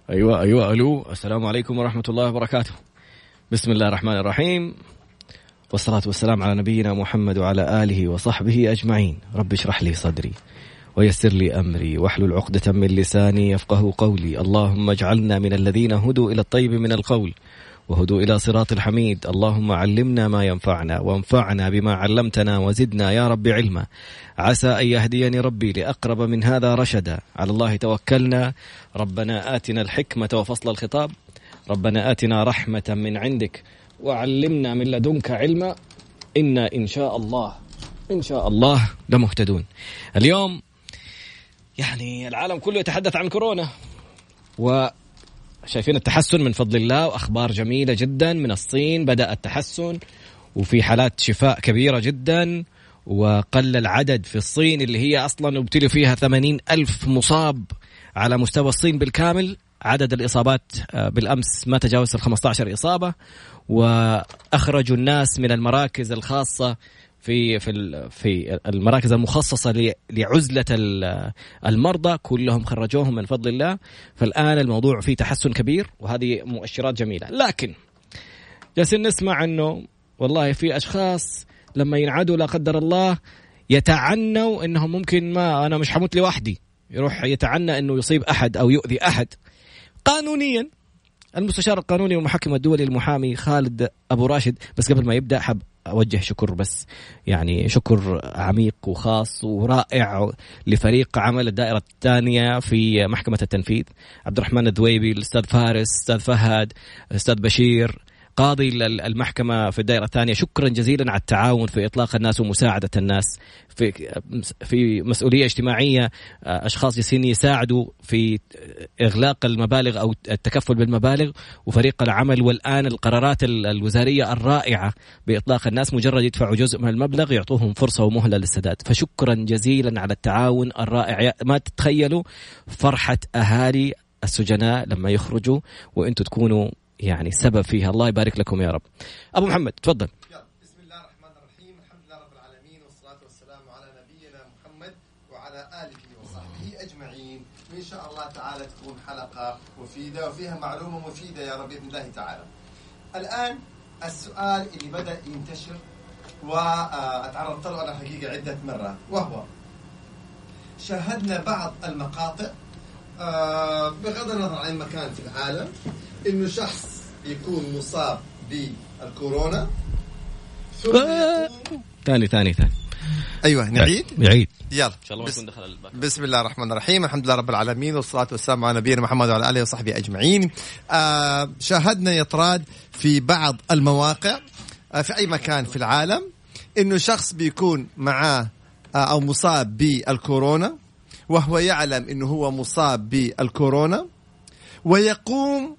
أيوة ألو، السلام عليكم ورحمة الله وبركاته. بسم الله الرحمن الرحيم، والصلاة والسلام على نبينا محمد وعلى آله وصحبه أجمعين. رب اشرح لي صدري ويسر لي أمري واحلل عقدة من لساني يفقه قولي. اللهم اجعلنا من الذين هدوا إلى الطيب من القول وهدوا إلى صراط الحميد. اللهم علمنا ما ينفعنا وانفعنا بما علمتنا وزدنا يا رب علما. عسى أن يهديني ربي لأقرب من هذا رشدا. على الله توكلنا. ربنا آتنا الحكمة وفصل الخطاب. ربنا آتنا رحمة من عندك وعلمنا من لدنك علما. إنا إن شاء الله لمهتدون. اليوم يعني العالم كله يتحدث عن كورونا، وشايفين التحسن من فضل الله، وأخبار جميلة جدا من الصين بدأ التحسن، وفي حالات شفاء كبيرة جدا، وقل العدد في الصين اللي هي أصلا ابتلوا فيها 80,000 مصاب على مستوى الصين بالكامل. عدد الإصابات بالأمس ما تجاوز 15 إصابة، وأخرجوا الناس من المراكز الخاصة في المراكز المخصصة لعزلة المرضى، كلهم خرجوهم من فضل الله. فالآن الموضوع فيه تحسن كبير، وهذه مؤشرات جميلة. لكن جالسين نسمع أنه والله في أشخاص لما ينعدوا لا قدر الله يتعنوا أنهم ممكن ما أنا مش حموت لوحدي، يروح يتعنى أنه يصيب أحد أو يؤذي أحد. قانونيا المستشار القانوني والمحكم الدولي المحامي خالد أبو راشد، بس قبل ما يبدأ حب أوجه شكر، بس يعني شكر عميق وخاص ورائع لفريق عمل الدائرة الثانية في محكمة التنفيذ، عبد الرحمن الذويبي، الأستاذ فارس، الأستاذ فهد، الأستاذ بشير، قاضي المحكمة في الدائرة الثانية. شكرا جزيلا على التعاون في إطلاق الناس ومساعدة الناس في مسؤولية اجتماعية. أشخاص جالسين يساعدوا في إغلاق المبالغ أو التكفل بالمبالغ، وفريق العمل، والآن القرارات الوزارية الرائعة بإطلاق الناس، مجرد يدفعوا جزء من المبلغ يعطوهم فرصة ومهلة للسداد. فشكرا جزيلا على التعاون الرائع. ما تتخيلوا فرحة أهالي السجناء لما يخرجوا وأنتوا تكونوا يعني سبب فيها. الله يبارك لكم يا رب. أبو محمد تفضل. بسم الله الرحمن الرحيم. الحمد لله رب العالمين، والصلاة والسلام على نبينا محمد وعلى آله وصحبه أجمعين. وإن شاء الله تعالى تكون حلقة مفيدة وفيها معلومة مفيدة يا رب بإذن الله تعالى. الآن السؤال اللي بدأ ينتشر وأتعرضت له أنا حقيقة عدة مرات، وهو شاهدنا بعض المقاطع بغض النظر عن مكان في العالم إنه شخص يكون مصاب بالكورونا ثم ثاني أيوة نعيد يلا إن شاء الله ما يكون دخل الباك. بسم الله الرحمن الرحيم. الحمد لله رب العالمين، والصلاة والسلام على نبينا محمد وعلى آله وصحبه أجمعين. شاهدنا يطراد في بعض المواقع في أي مكان في العالم إنه شخص بيكون معاه أو مصاب بالكورونا، وهو يعلم إنه هو مصاب بالكورونا، ويقوم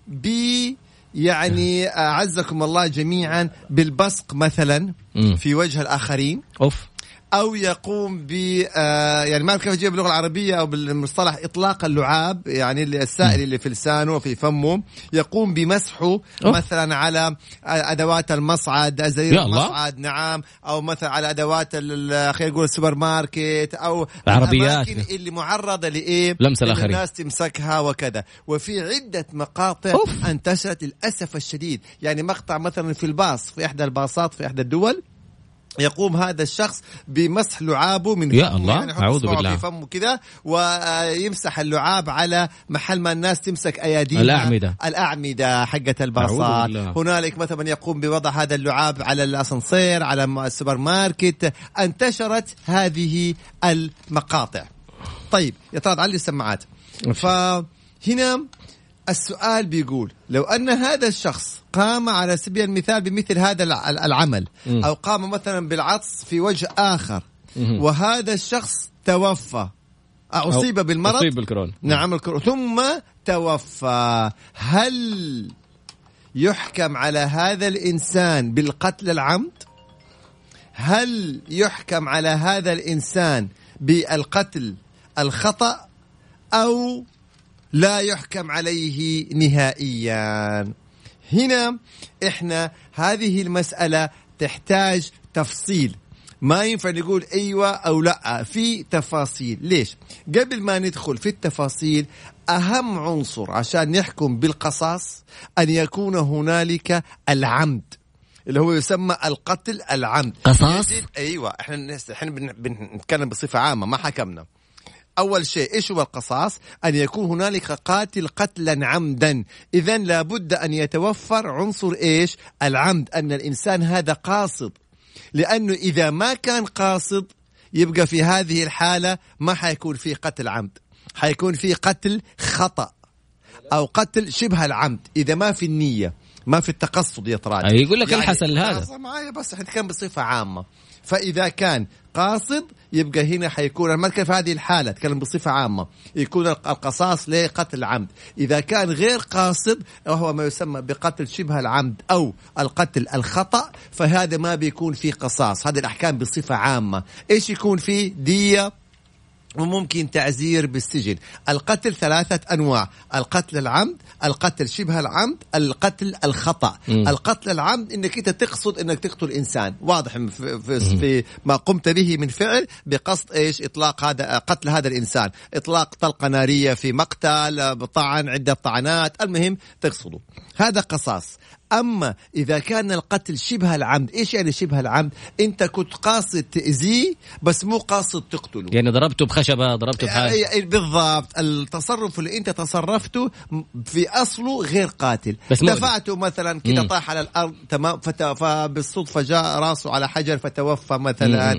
يعني أعزكم الله جميعا بالبصق مثلا في وجه الآخرين، أو يقوم يعني ما كيف أجيب باللغة العربية أو بالمصطلح إطلاق اللعاب، يعني السائل اللي في لسانه وفي فمه، يقوم بمسحه مثلا على أدوات المصعد، أزاير المصعد، نعم، أو مثلا على أدوات خلينا نقول السوبر ماركت أو العربيات اللي معرضة لإيه لمس الآخرين، الناس تمسكها وكذا. وفي عدة مقاطع انتشرت للأسف الشديد، يعني مقطع مثلا في الباص في إحدى الباصات في إحدى الدول، يقوم هذا الشخص بمسح لعابه من يا الله، يعني أعوذ بالله، في فمه كذا، ويمسح اللعاب على محل ما الناس تمسك أياديها، الأعمدة حقة الباصات. هنالك مثلا يقوم بوضع هذا اللعاب على الأسانسير، على السوبر ماركت. انتشرت هذه المقاطع. طيب يطرد علي السماعات. فهنا السؤال بيقول، لو أن هذا الشخص قام على سبيل المثال بمثل هذا العمل، أو قام مثلا بالعطس في وجه آخر، وهذا الشخص توفى، أصيب بالمرض، أصيب بالكورونا، نعم الكورونا، ثم توفى، هل يحكم على هذا الإنسان بالقتل العمد؟ هل يحكم على هذا الإنسان بالقتل الخطأ، أو لا يحكم عليه نهائيا؟ هنا إحنا هذه المسألة تحتاج تفصيل. ما ينفع نقول أيوة أو لا، في تفاصيل. ليش؟ قبل ما ندخل في التفاصيل، أهم عنصر عشان نحكم بالقصاص أن يكون هنالك العمد، اللي هو يسمى القتل العمد. قصاص؟ أيوة، إحنا بنتكلم بصفة عامة، ما حكمنا. أول شيء إيش هو القصاص؟ أن يكون هنالك قاتل قتلا عمدا. إذن لابد أن يتوفر عنصر إيش؟ العمد، أن الإنسان هذا قاصد. لأنه إذا ما كان قاصد يبقى في هذه الحالة ما حيكون في قتل عمد، حيكون في قتل خطأ أو قتل شبه العمد، إذا ما في النية، ما في التقصد. يطراد يقول لك يعني الحسن هذا معايا، بس احنا كان بصفة عامة. فإذا كان قاصد يبقى هنا حيكون المركب في هذه الحالة، تكلم بصفة عامة، يكون القصاص لقتل العمد. إذا كان غير قاصد وهو ما يسمى بقتل شبه العمد أو القتل الخطأ، فهذا ما بيكون فيه قصاص. هذه الأحكام بصفة عامة. إيش يكون فيه؟ دية وممكن تعزير بالسجن. القتل 3 أنواع: القتل العمد، القتل شبه العمد، القتل الخطأ. القتل العمد إنك أنت تقصد إنك تقتل إنسان، واضح في ما قمت به من فعل بقصد إيش؟ إطلاق هذا، قتل هذا الإنسان، إطلاق طلقة نارية في مقتل، طعن، عدة طعنات، المهم تقصده، هذا قصاص. أما إذا كان القتل شبه العمد، إيش يعني شبه العمد؟ أنت كنت قاصد تأذيه بس مو قاصد تقتله، يعني ضربته بخشبة، ضربته بحاجة. بالضبط، التصرف اللي أنت تصرفته في أصله غير قاتل، دفعته مثلا كده طاح على الأرض تمام، فبالصدفة جاء راسه على حجر فتوفى مثلا.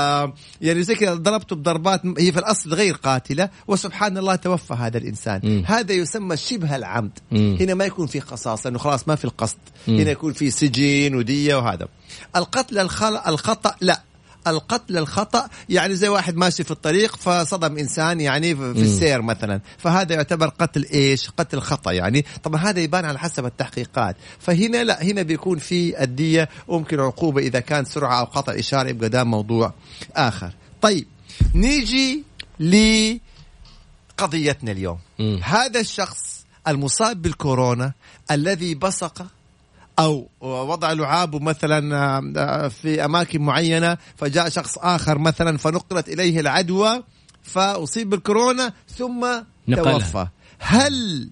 يعني زي كده ضربته بضربات هي في الأصل غير قاتلة، وسبحان الله توفى هذا الإنسان. هذا يسمى شبه العمد. هنا ما يكون في قصاص لأنه خلاص ما في القصد، هنا يكون في سجين ودية وهذا. القتل الخطأ لا، القتل الخطأ يعني زي واحد ماشي في الطريق فصدم إنسان يعني في السير مثلا، فهذا يعتبر قتل إيش؟ قتل خطأ. يعني طبعا هذا يبان على حسب التحقيقات. فهنا لا، هنا بيكون في الدية وممكن عقوبة إذا كان سرعة أو قطع إشارة، يبقى ده موضوع آخر. طيب نيجي لقضيتنا اليوم. هذا الشخص المصاب بالكورونا الذي بصق أو وضع لعابه مثلا في أماكن معينة، فجاء شخص آخر مثلا فنقلت إليه العدوى فأصيب بالكورونا ثم توفى، هل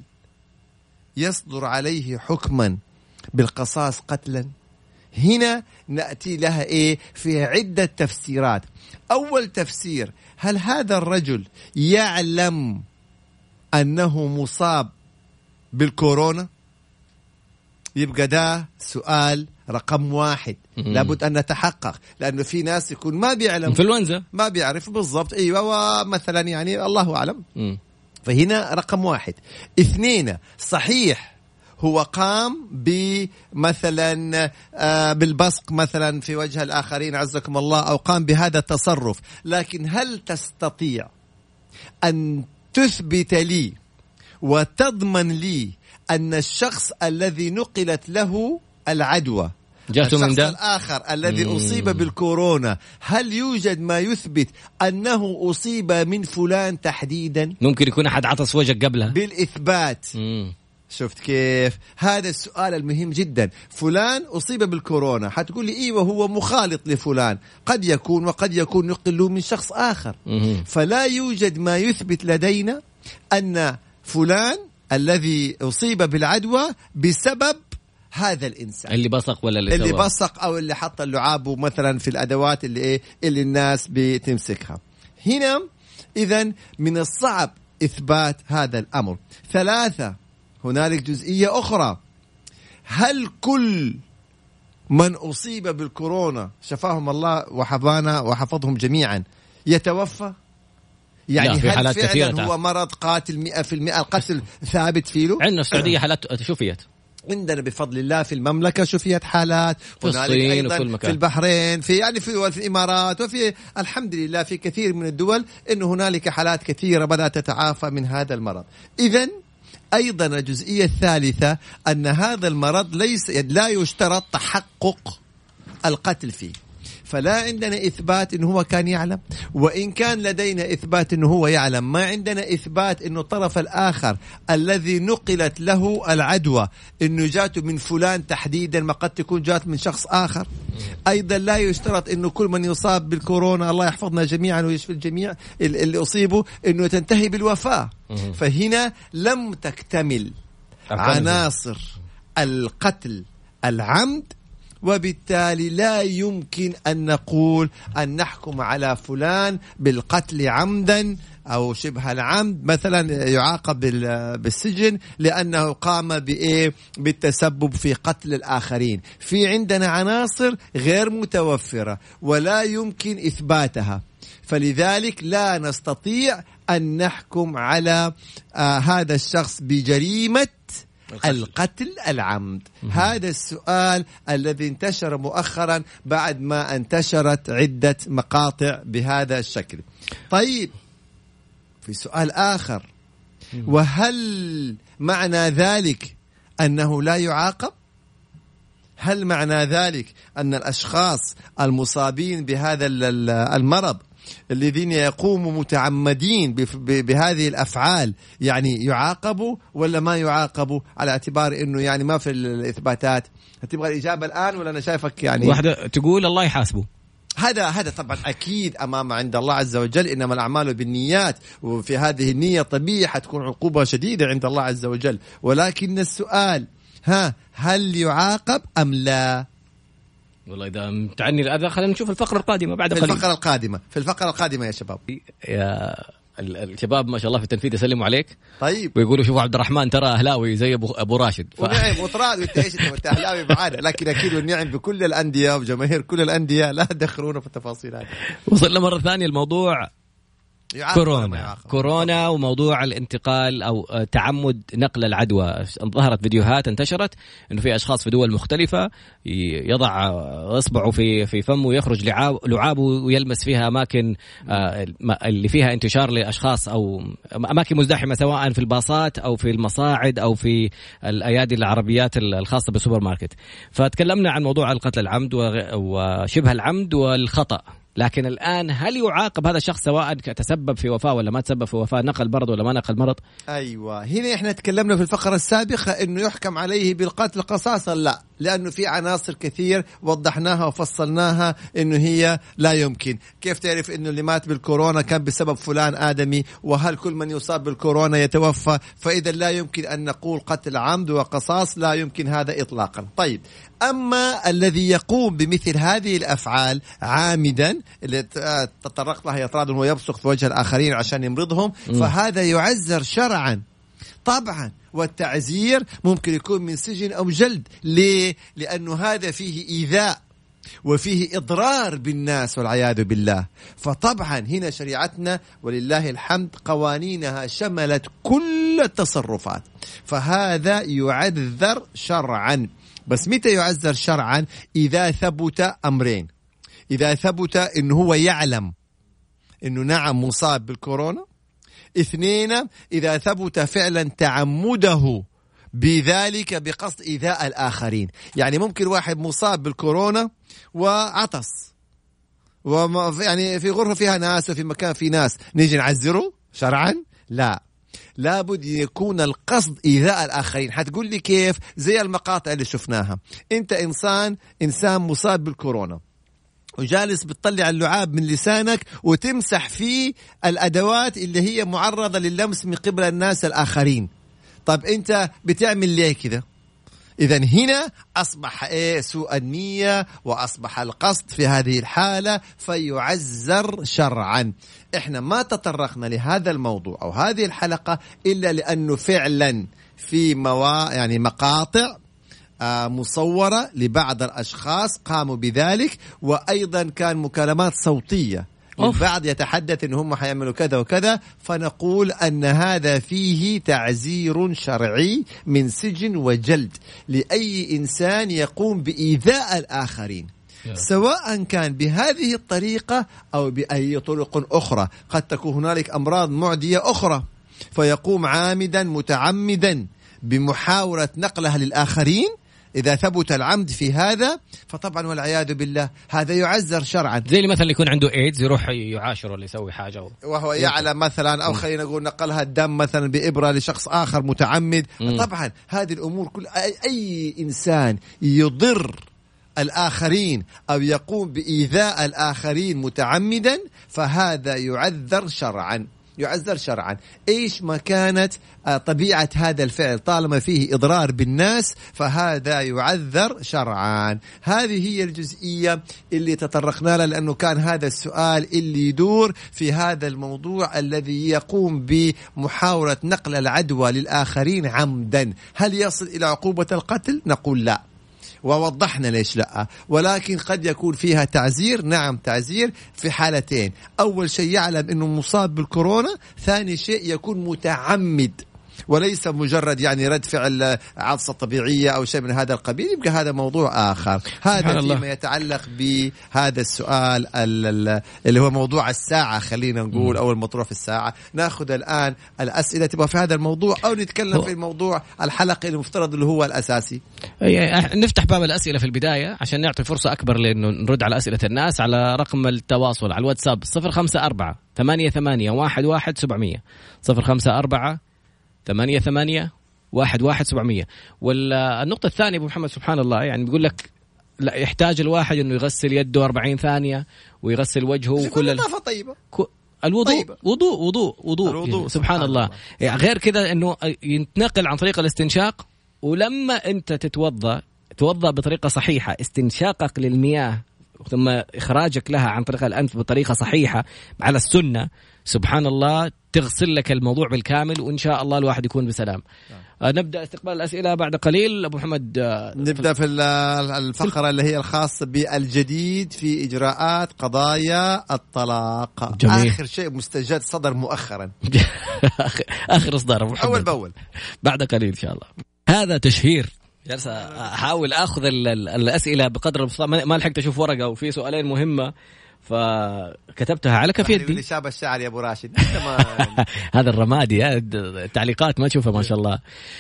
يصدر عليه حكما بالقصاص قتلا؟ هنا نأتي لها إيه؟ فيها عدة تفسيرات. أول تفسير: هل هذا الرجل يعلم أنه مصاب بالكورونا؟ يبقى ده سؤال رقم 1 لابد أن نتحقق، لأنه في ناس يكون ما بيعلم، إنفلونزا ما بيعرف بالضبط، أيوة، ومثلا يعني الله أعلم. فهنا رقم 1. 2: صحيح هو قام بمثلا بالبصق مثلا في وجه الآخرين عزكم الله، أو قام بهذا التصرف، لكن هل تستطيع أن تثبت لي وتضمن لي أن الشخص الذي نقلت له العدوى، الشخص الآخر الذي أصيب بالكورونا، هل يوجد ما يثبت أنه أصيب من فلان تحديدا؟ ممكن يكون أحد عطس وجهك قبلها بالإثبات. شفت كيف؟ هذا السؤال المهم جدا. فلان أصيب بالكورونا، حتقول لي إيوه هو مخالط لفلان، قد يكون وقد يكون نقل له من شخص آخر. فلا يوجد ما يثبت لدينا أن فلان الذي أصيب بالعدوى بسبب هذا الإنسان اللي بصق ولا اللي بصق أو اللي حط اللعاب مثلا في الأدوات اللي الناس بتمسكها. هنا إذن من الصعب إثبات هذا الأمر. 3: هنالك جزئية أخرى: هل كل من أصيب بالكورونا شفاهم الله وحفظنا وحفظهم جميعا يتوفى؟ يعني هل فعلا هو مرض قاتل 100%؟ القتل ثابت فيه؟ عندنا في السعودية حالات شفيت، عندنا بفضل الله في المملكة شفيت حالات، في الصين أيضا وكل مكان، في البحرين، في يعني في الإمارات، وفي الحمد لله في كثير من الدول إنه هنالك حالات كثيرة بدأت تتعافى من هذا المرض. إذن أيضا الجزئية الثالثة أن هذا المرض لا يشترط تحقق القتل فيه. فلا عندنا إثبات إنه هو كان يعلم، وإن كان لدينا إثبات إنه هو يعلم ما عندنا إثبات إنه الطرف الآخر الذي نقلت له العدوى إنه جاته من فلان تحديدا، ما قد تكون جات من شخص آخر. أيضا لا يشترط إنه كل من يصاب بالكورونا الله يحفظنا جميعا ويشفي الجميع اللي أصيبوا إنه تنتهي بالوفاة. فهنا لم تكتمل عناصر القتل العمد، وبالتالي لا يمكن أن نقول أن نحكم على فلان بالقتل عمدا أو شبه العمد مثلا يعاقب بالسجن لأنه قام بالتسبب في قتل الآخرين. في عندنا عناصر غير متوفرة ولا يمكن إثباتها، فلذلك لا نستطيع أن نحكم على هذا الشخص بجريمة القتل العمد. هذا السؤال الذي انتشر مؤخرا بعد ما انتشرت عدة مقاطع بهذا الشكل. طيب في سؤال آخر، وهل معنى ذلك أنه لا يعاقب؟ هل معنى ذلك أن الأشخاص المصابين بهذا المرض الذين يقوموا متعمدين بهذه الأفعال يعني يعاقبوا ولا ما يعاقبوا، على اعتبار أنه يعني ما في الإثباتات؟ هتبغى الإجابة الآن ولا أنا شايفك يعني واحدة تقول الله يحاسبه؟ هذا طبعا أكيد أمام عند الله عز وجل، إنما الأعمال بالنيات، وفي هذه النية طبيعي حتكون عقوبة شديدة عند الله عز وجل. ولكن السؤال هل يعاقب أم لا؟ والله إذا متعني الأذى خلينا نشوف الفقرة القادمة بعد قليل. في الفقرة القادمة يا شباب. يا الشباب ما شاء الله في التنفيذ يسلموا عليك. طيب ويقولوا شوفوا عبد الرحمن ترى أهلاوي زي أبو راشد. ونعم وطراد وانت ايش انت أهلاوي معانا، لكن أكيد والنعم بكل الأندية وجماهير كل الأندية، لا تدخلونا في التفاصيل هذه. وصلنا مرة ثانية الموضوع كورونا وموضوع الانتقال أو تعمد نقل العدوى. ظهرت فيديوهات انتشرت إنه في أشخاص في دول مختلفة يضع إصبعه في فمه ويخرج لعابه ويلمس فيها أماكن اللي فيها انتشار لأشخاص أو أماكن مزدحمة، سواء في الباصات أو في المصاعد أو في الأيادي العربيات الخاصة بالسوبر ماركت. فتكلمنا عن موضوع القتل العمد وشبه العمد والخطأ، لكن الآن هل يعاقب هذا الشخص سواء تسبب في وفاة ولا ما تسبب في وفاة، نقل مرض ولا ما نقل مرض؟ أيوة، هنا إحنا تكلمنا في الفقرة السابقة إنه يحكم عليه بالقتل قصاصا، لا، لأنه في عناصر كثير وضحناها وفصلناها إنه هي لا يمكن. كيف تعرف إنه اللي مات بالكورونا كان بسبب فلان آدمي؟ وهل كل من يصاب بالكورونا يتوفى؟ فإذا لا يمكن أن نقول قتل عمد وقصاص، لا يمكن هذا إطلاقا. طيب، أما الذي يقوم بمثل هذه الأفعال عامدا اللي تطرقت لها يطراد ويبصق في وجه الآخرين عشان يمرضهم، فهذا يعزر شرعا طبعا، والتعزير ممكن يكون من سجن أو جلد. ليه؟ لأنه هذا فيه إيذاء وفيه إضرار بالناس والعياذ بالله. فطبعا هنا شريعتنا ولله الحمد قوانينها شملت كل التصرفات، فهذا يعذر شرعا. بس متى يعذر شرعا؟ إذا ثبت أمرين: إذا ثبت إنه هو يعلم إنه نعم مصاب بالكورونا، 2 إذا ثبت فعلا تعمده بذلك بقصد إيذاء الآخرين. يعني ممكن واحد مصاب بالكورونا وعطس يعني في غرفة فيها ناس وفي مكان في ناس، نيجي نعذره شرعا؟ لا، لابد يكون القصد إيذاء الآخرين. حتقول لي كيف؟ زي المقاطع اللي شفناها، أنت إنسان مصاب بالكورونا وجالس بتطلع اللعاب من لسانك وتمسح فيه الأدوات اللي هي معرضة لللمس من قبل الناس الآخرين. طب أنت بتعمل ليه كده؟ إذن هنا أصبح سوء النية وأصبح القصد في هذه الحالة فيعزر شرعا. إحنا ما تطرقنا لهذا الموضوع أو هذه الحلقة إلا لأنه فعلا في يعني مقاطع مصورة لبعض الأشخاص قاموا بذلك، وأيضا كان مكالمات صوتية البعض يتحدث إن هم حيعملوا كذا وكذا، فنقول أن هذا فيه تعزير شرعي من سجن وجلد لأي إنسان يقوم بإيذاء الآخرين، سواء كان بهذه الطريقة أو بأي طرق أخرى. قد تكون هنالك أمراض معدية أخرى فيقوم عامدا متعمدا بمحاولة نقلها للآخرين، إذا ثبت العمد في هذا فطبعا والعياذ بالله هذا يعذر شرعا. زي اللي مثلا يكون عنده ايدز يروح يعاشر ولا يسوي حاجة وهو يعلم مثلا، أو خلينا نقول نقلها الدم مثلا بإبرة لشخص آخر متعمد. طبعا هذه الأمور كل أي إنسان يضر الآخرين أو يقوم بإيذاء الآخرين متعمدا فهذا يعذر شرعا. يعذر شرعا. إيش ما كانت طبيعة هذا الفعل، طالما فيه إضرار بالناس فهذا يعذر شرعا. هذه هي الجزئية اللي تطرقنا لها، لأنه كان هذا السؤال اللي يدور في هذا الموضوع الذي يقوم بمحاولة نقل العدوى للآخرين عمدا، هل يصل إلى عقوبة القتل؟ نقول لا، ووضحنا ليش لا، ولكن قد يكون فيها تعزير. نعم تعزير في حالتين: أول شيء يعلم أنه مصاب بالكورونا، ثاني شيء يكون متعمد وليس مجرد يعني رد فعل عطسة طبيعية أو شيء من هذا القبيل، يبقى هذا موضوع آخر. هذا فيما يتعلق بهذا السؤال اللي هو موضوع الساعة، خلينا نقول، أو المطروح في الساعة. نأخذ الآن الأسئلة تبقى في هذا الموضوع، أو نتكلم في الموضوع الحلقة المفترض اللي هو الأساسي. نفتح باب الأسئلة في البداية عشان نعطي فرصة أكبر لأنه نرد على أسئلة الناس على رقم التواصل على الواتساب 054-88-11700 054-88-11700. والنقطة الثانية أبو محمد سبحان الله يعني بيقول لك لا يحتاج الواحد إنه يغسل يده 40 ثانية ويغسل وجهه وكل النظافة طيبة. الوضوء طيبة. وضوء سبحان الله. يعني غير كذا إنه ينتقل عن طريق الاستنشاق، ولما أنت توضأ بطريقة صحيحة، استنشاقك للمياه ثم إخراجك لها عن طريق الأنف بطريقة صحيحة على السنة، سبحان الله تغسل لك الموضوع بالكامل، وإن شاء الله الواحد يكون بسلام. نبدأ استقبال الأسئلة بعد قليل. أبو محمد نبدأ في الفقرة اللي هي الخاصة بالجديد في إجراءات قضايا الطلاق. جميل. آخر شيء مستجد صدر مؤخرا آخر إصدار أبو محمد أول بأول بعد قليل إن شاء الله. هذا تشهير، جالس أحاول أخذ الأسئلة بقدر المستطاع، ما لحقت أشوف ورقة وفي سؤالين مهمة فكتبتها على كفيتي. اللي شاب الشعر يا أبو راشد هذا الرمادي، التعليقات ما تشوفها ما شاء الله.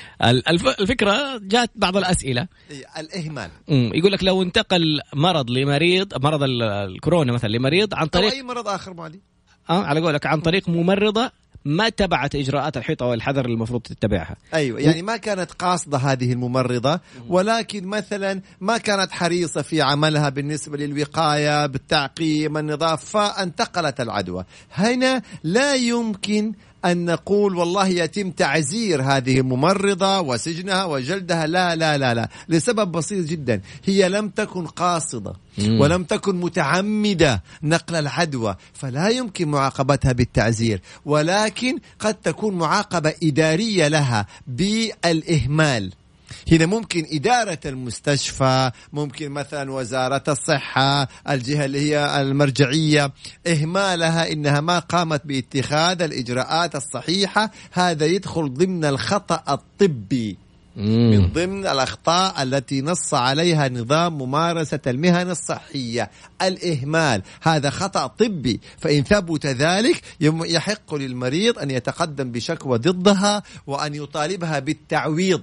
الفكرة جات بعض الأسئلة الإهمال. يقول لك لو انتقل مرض الكورونا مثلا لمريض عن طريق أو أي مرض آخر معدي على قولك عن طريق ممرضة ما تبعت إجراءات الحيطة والحذر المفروض تتبعها. أيوة، يعني ما كانت قاصدة هذه الممرضة، ولكن مثلا ما كانت حريصة في عملها بالنسبة للوقاية بالتعقيم النظافة فانتقلت العدوى. هنا لا يمكن أن نقول والله يتم تعزير هذه الممرضة وسجنها وجلدها، لا لا لا لا، لسبب بسيط جدا: هي لم تكن قاصدة ولم تكن متعمدة نقل العدوى، فلا يمكن معاقبتها بالتعزير، ولكن قد تكون معاقبة إدارية لها بالإهمال. هنا ممكن إدارة المستشفى، ممكن مثلا وزارة الصحة، الجهة اللي هي المرجعية، إهمالها إنها ما قامت باتخاذ الإجراءات الصحيحة، هذا يدخل ضمن الخطأ الطبي، من ضمن الأخطاء التي نص عليها نظام ممارسة المهن الصحية. الإهمال هذا خطأ طبي، فإن ثبت ذلك يحق للمريض أن يتقدم بشكوى ضدها وأن يطالبها بالتعويض.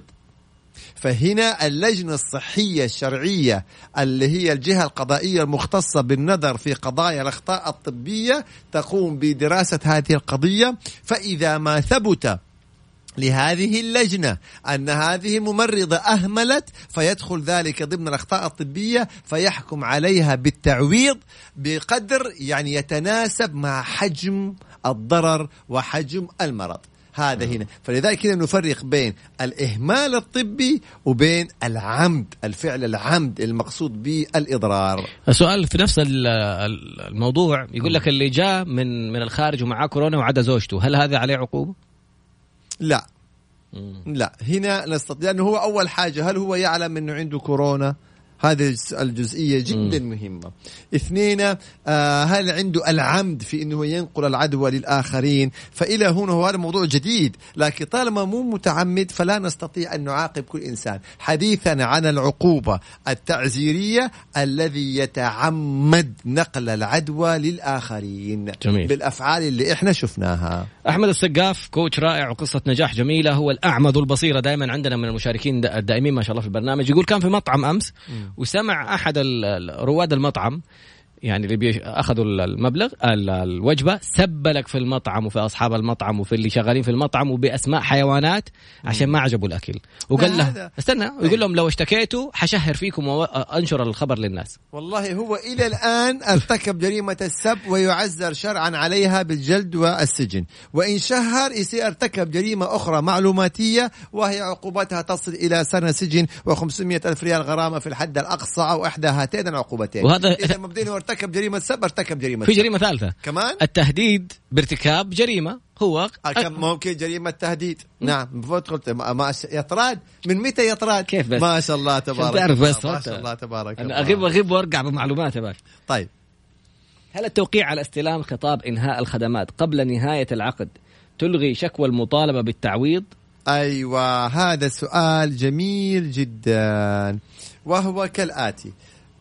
فهنا اللجنة الصحية الشرعية اللي هي الجهة القضائية المختصة بالنظر في قضايا الأخطاء الطبية تقوم بدراسة هذه القضية، فإذا ما ثبت لهذه اللجنة أن هذه الممرضة أهملت فيدخل ذلك ضمن الأخطاء الطبية، فيحكم عليها بالتعويض بقدر يعني يتناسب مع حجم الضرر وحجم المرض. هذا هنا، فلذلك كده نفرق بين الإهمال الطبي وبين العمد، الفعل العمد المقصود بالإضرار. السؤال في نفس الموضوع يقول لك اللي جاء من الخارج ومعاه كورونا وعدا زوجته، هل هذا عليه عقوبة؟ لا لا، هنا نستطيع، لأنه هو أول حاجة هل هو يعلم أنه عنده كورونا؟ هذه الجزئية جدا مهمة. 2 هل عنده العمد في أنه ينقل العدوى للآخرين؟ فإلى هنا هو هذا موضوع جديد، لكن طالما مو متعمد فلا نستطيع أن نعاقب كل إنسان. حديثا عن العقوبة التعزيرية الذي يتعمد نقل العدوى للآخرين. جميل. بالأفعال اللي إحنا شفناها. أحمد السقاف كوتش رائع وقصة نجاح جميلة، هو الأعمى ذو البصيرة دائما عندنا من المشاركين الدائمين ما شاء الله في البرنامج. يقول كان في مطعم أمس وسمع أحد رواد المطعم يعني اللي أخذوا المبلغ الوجبة سبلك في المطعم وفي أصحاب المطعم وفي اللي شغالين في المطعم وبأسماء حيوانات عشان ما عجبوا الأكل، وقال له استنى ويقول لهم لو اشتكيتوا حشهر فيكم وأنشر الخبر للناس. والله هو إلى الآن ارتكب جريمة السب ويعزر شرعا عليها بالجلد والسجن، وإن شهر يصير ارتكب جريمة أخرى معلوماتية وهي عقوبتها تصل إلى سنة سجن و500,000 ريال غرامة في الحد الأقصى أو إحدى هاتين العقوبتين. وهذا إذا مبدئيا ارتكب جريمة سب ارتكب جريمة في جريمة ثالثة كمان، التهديد بارتكاب جريمة. هو كم ممكن جريمة تهديد. نعم بفوت قلت ما يطراد من متى يطراد؟ كيف بس؟ ما شاء الله تبارك الله. بس ما شاء الله تبارك أنا الله. أغيب وأرجع بمعلومات بس. طيب هل التوقيع على استلام خطاب إنهاء الخدمات قبل نهاية العقد تلغي شكوى المطالبة بالتعويض؟ أيوة هذا سؤال جميل جدا، وهو كالآتي.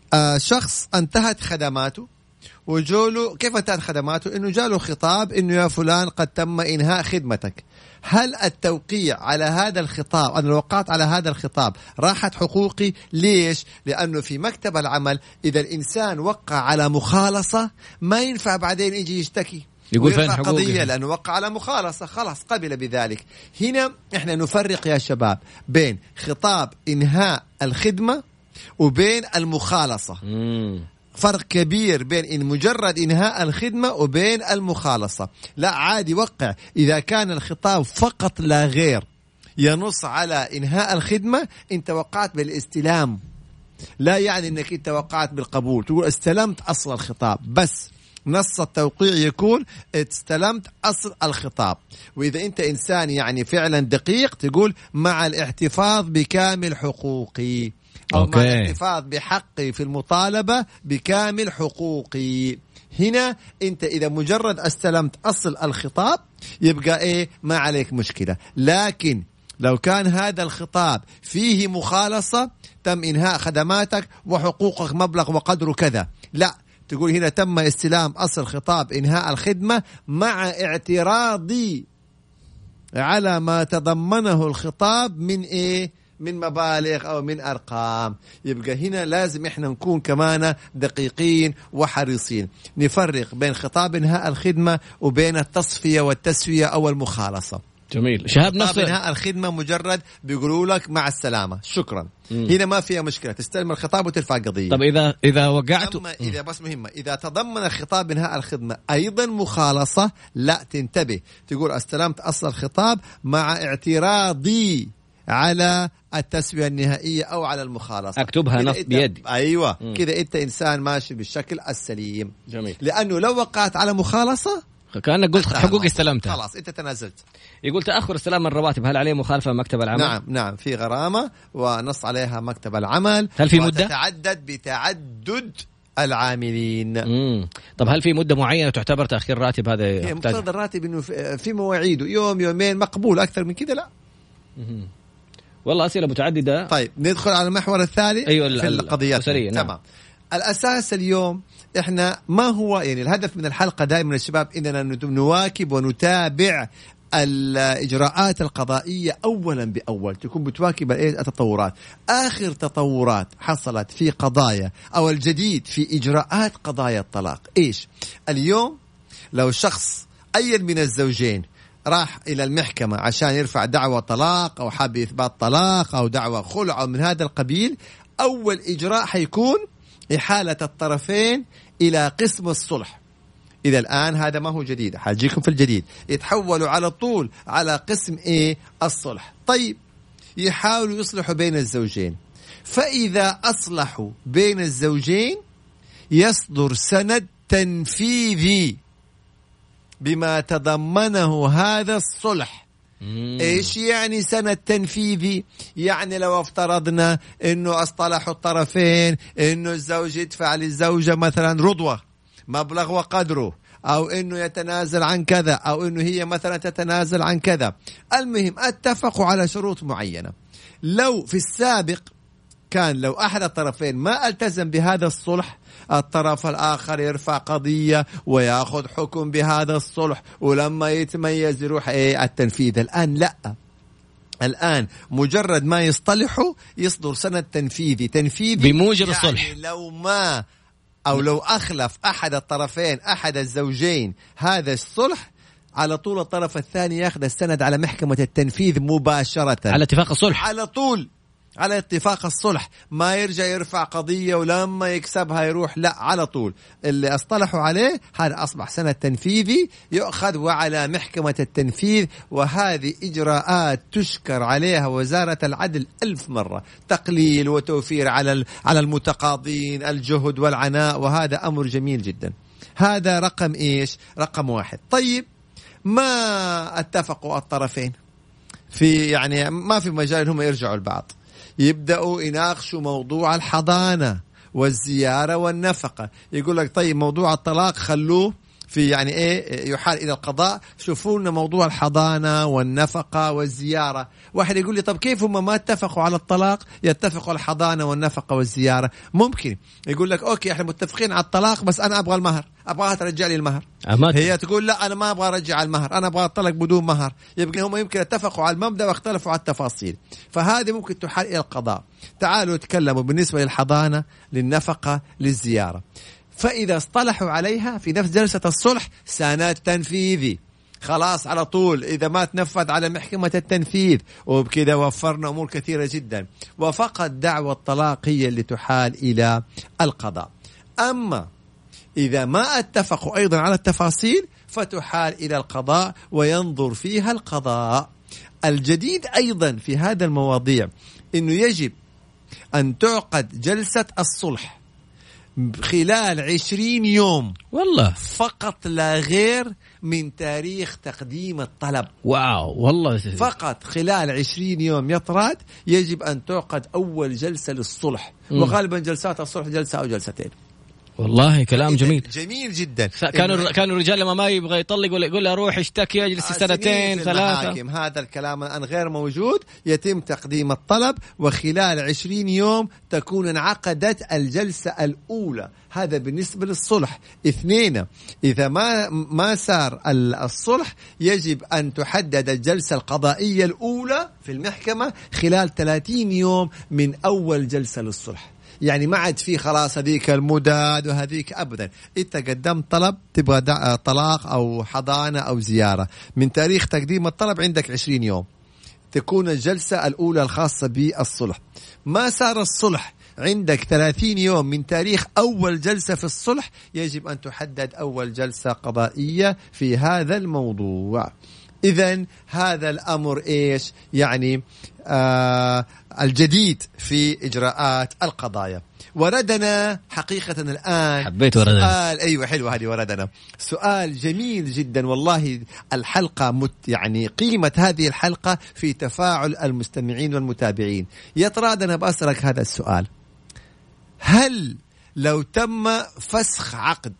شخص انتهت خدماته وجوله، كيف انتهت خدماته؟ إنه جاله خطاب إنه يا فلان قد تم إنهاء خدمتك. هل التوقيع على هذا الخطاب، أنا وقعت على هذا الخطاب، راحت حقوقي؟ ليش؟ لأنه في مكتب العمل إذا الإنسان وقع على مخالصة ما ينفع بعدين يجي يشتكي يقول فين حقوقي، قضية لأنه وقع على مخالصة، خلاص قبل بذلك. هنا إحنا نفرق يا شباب بين خطاب إنهاء الخدمة وبين المخالصة. فرق كبير بين إن مجرد إنهاء الخدمة وبين المخالصة. لا عادي وقع إذا كان الخطاب فقط لا غير ينص على إنهاء الخدمة، أنت وقعت بالاستلام، لا يعني أنك أنت وقعت بالقبول، تقول استلمت أصل الخطاب بس. نص التوقيع يكون استلمت أصل الخطاب. وإذا أنت إنسان يعني فعلا دقيق تقول مع الاحتفاظ بكامل حقوقي أو مع الاحتفاظ بحقي في المطالبة بكامل حقوقي. هنا أنت إذا مجرد استلمت أصل الخطاب يبقى إيه ما عليك مشكلة. لكن لو كان هذا الخطاب فيه مخالصة، تم إنهاء خدماتك وحقوقك مبلغ وقدره كذا، لا تقول هنا تم استلام أصل خطاب إنهاء الخدمة مع اعتراضي على ما تضمنه الخطاب من إيه؟ من مبالغ أو من أرقام. يبقى هنا لازم إحنا نكون كمان دقيقين وحريصين، نفرق بين خطاب إنهاء الخدمة وبين التصفية والتسوية أو المخالصة. جميل. شهاب نفسه خطاب إنهاء الخدمة مجرد بيقولوا لك مع السلامة شكرا، هنا ما فيها مشكلة، تستلم الخطاب وترفع قضية. طب إذا وقعت إذا بس مهمة، إذا تضمن خطاب إنهاء الخدمة أيضا مخالصة، لا تنتبه تقول استلمت أصل الخطاب مع اعتراضي على التسوية النهائية أو على المخالصة، أكتبها نص بيدي. أيوة كذا أنت إنسان ماشي بالشكل السليم. جميل. لأنه لو وقعت على مخالصة كأنك قلت حقوقي استلمتها، خلاص أنت تنازلت. يقول تأخر استلام الرواتب هل عليه مخالفة مكتب العمل؟ نعم في غرامة ونص عليها مكتب العمل. هل في مدة؟ تتعدد بتعدد العاملين. طب هل في مدة معينة تعتبر تأخير راتب؟ هذا هي مفترض الراتب إنه في مواعيده يوم يومين مقبول، أكثر من كده لا. والله أسئلة متعددة. طيب ندخل على المحور الثالث. أيوة في القضيات. نعم. تمام. الأساس اليوم إحنا ما هو يعني الهدف من الحلقة دائما الشباب إننا نواكب ونتابع الإجراءات القضائية أولا بأول، تكون بتواكب التطورات. آخر تطورات حصلت في قضايا أو الجديد في إجراءات قضايا الطلاق إيش؟ اليوم لو شخص أي من الزوجين راح إلى المحكمة عشان يرفع دعوى طلاق أو حاب إثبات طلاق أو دعوى خلع أو من هذا القبيل، أول إجراء حيكون إحالة الطرفين إلى قسم الصلح. إذا الآن هذا ما هو جديد، حاجيكم في الجديد، يتحولوا على طول على قسم إيه؟ الصلح. طيب يحاولوا يصلحوا بين الزوجين، فإذا أصلحوا بين الزوجين يصدر سند تنفيذي بما تضمنه هذا الصلح إيش يعني سند تنفيذي؟ يعني لو افترضنا إنه اصطلحوا الطرفين إنه الزوج يدفع للزوجة مثلا رضوة مبلغ وقدره، أو إنه يتنازل عن كذا، أو إنه هي مثلا تتنازل عن كذا. المهم اتفقوا على شروط معينة. لو في السابق كان لو أحد الطرفين ما التزم بهذا الصلح، الطرف الآخر يرفع قضية ويأخذ حكم بهذا الصلح، ولما يتميز يروح التنفيذ. الآن لا، الآن مجرد ما يصطلحوا يصدر سند تنفيذي بموجب يعني الصلح. لو ما أو لو أخلف أحد الطرفين أحد الزوجين هذا الصلح، على طول الطرف الثاني يأخذ السند على محكمة التنفيذ مباشرة على اتفاق الصلح، على طول على اتفاق الصلح. ما يرجع يرفع قضية ولما يكسبها يروح، لا، على طول اللي اصطلحوا عليه هذا أصبح سند تنفيذي يؤخذ وعلى محكمة التنفيذ. وهذه إجراءات تشكر عليها وزارة العدل 1000 مرة، تقليل وتوفير على المتقاضين الجهد والعناء، وهذا أمر جميل جدا. هذا رقم إيش؟ رقم 1. طيب ما اتفقوا الطرفين في يعني ما في مجال هم يرجعوا البعض، يبدأوا يناقشوا موضوع الحضانة والزيارة والنفقة. يقول لك طيب موضوع الطلاق خلوه في يعني ايه يحال الى القضاء، شوفوا لنا موضوع الحضانة والنفقة والزيارة. واحد يقول لي طب كيف هم ما اتفقوا على الطلاق يتفقوا على الحضانة والنفقة والزيارة؟ ممكن يقول لك اوكي احنا متفقين على الطلاق بس انا ابغى المهر، ابغاها ترجع لي المهر. هي تقول لا انا ما ابغى ارجع المهر، انا ابغى الطلاق بدون مهر. يبقى هم يمكن اتفقوا على المبدأ واختلفوا على التفاصيل، فهذه ممكن تحال الى القضاء. تعالوا تكلموا بالنسبة للحضانة للنفقة للزيارة، فإذا اصطلحوا عليها في نفس جلسة الصلح سند تنفيذي، خلاص على طول إذا ما تنفذ على محكمة التنفيذ، وبكذا وفرنا أمور كثيرة جدا. وفقط دعوى الطلاق هي اللي تحال إلى القضاء. أما إذا ما اتفقوا أيضا على التفاصيل فتحال إلى القضاء وينظر فيها القضاء. الجديد أيضا في هذا المواضيع إنه يجب أن تعقد جلسة الصلح خلال 20 يوم والله فقط لا غير من تاريخ تقديم الطلب. واو والله فقط خلال 20 يوم يطراد يجب أن تعقد أول جلسة للصلح. وغالبا جلسات الصلح جلسة أو جلستين. والله كلام جميل جميل جدا. كانوا الرجال لما ما يبغى يطلق ولا يقول له روح اشتكي اجلس 2 3. هذا الكلام الآن غير موجود. يتم تقديم الطلب وخلال 20 يوم تكون انعقدت الجلسة الأولى. هذا بالنسبة للصلح. 2 إذا ما صار الصلح يجب أن تحدد الجلسة القضائية الأولى في المحكمة خلال 30 يوم من أول جلسة للصلح. يعني ما عاد فيه خلاص هذيك المدد وهذيك أبدا. أنت قدمت طلب تبغى طلاق أو حضانة أو زيارة، من تاريخ تقديم الطلب عندك 20 يوم تكون الجلسة الأولى الخاصة بالصلح. ما صار الصلح عندك 30 يوم من تاريخ أول جلسة في الصلح يجب أن تحدد أول جلسة قضائية في هذا الموضوع. إذن هذا الأمر إيش يعني الجديد في إجراءات القضايا. وردنا حقيقة الآن حبيت وردنا سؤال. أيوة حلوة هذه وردنا سؤال جميل جدا والله. الحلقة يعني قيمة هذه الحلقة في تفاعل المستمعين والمتابعين. يا ترى أنا بأسألك هذا السؤال: هل لو تم فسخ عقد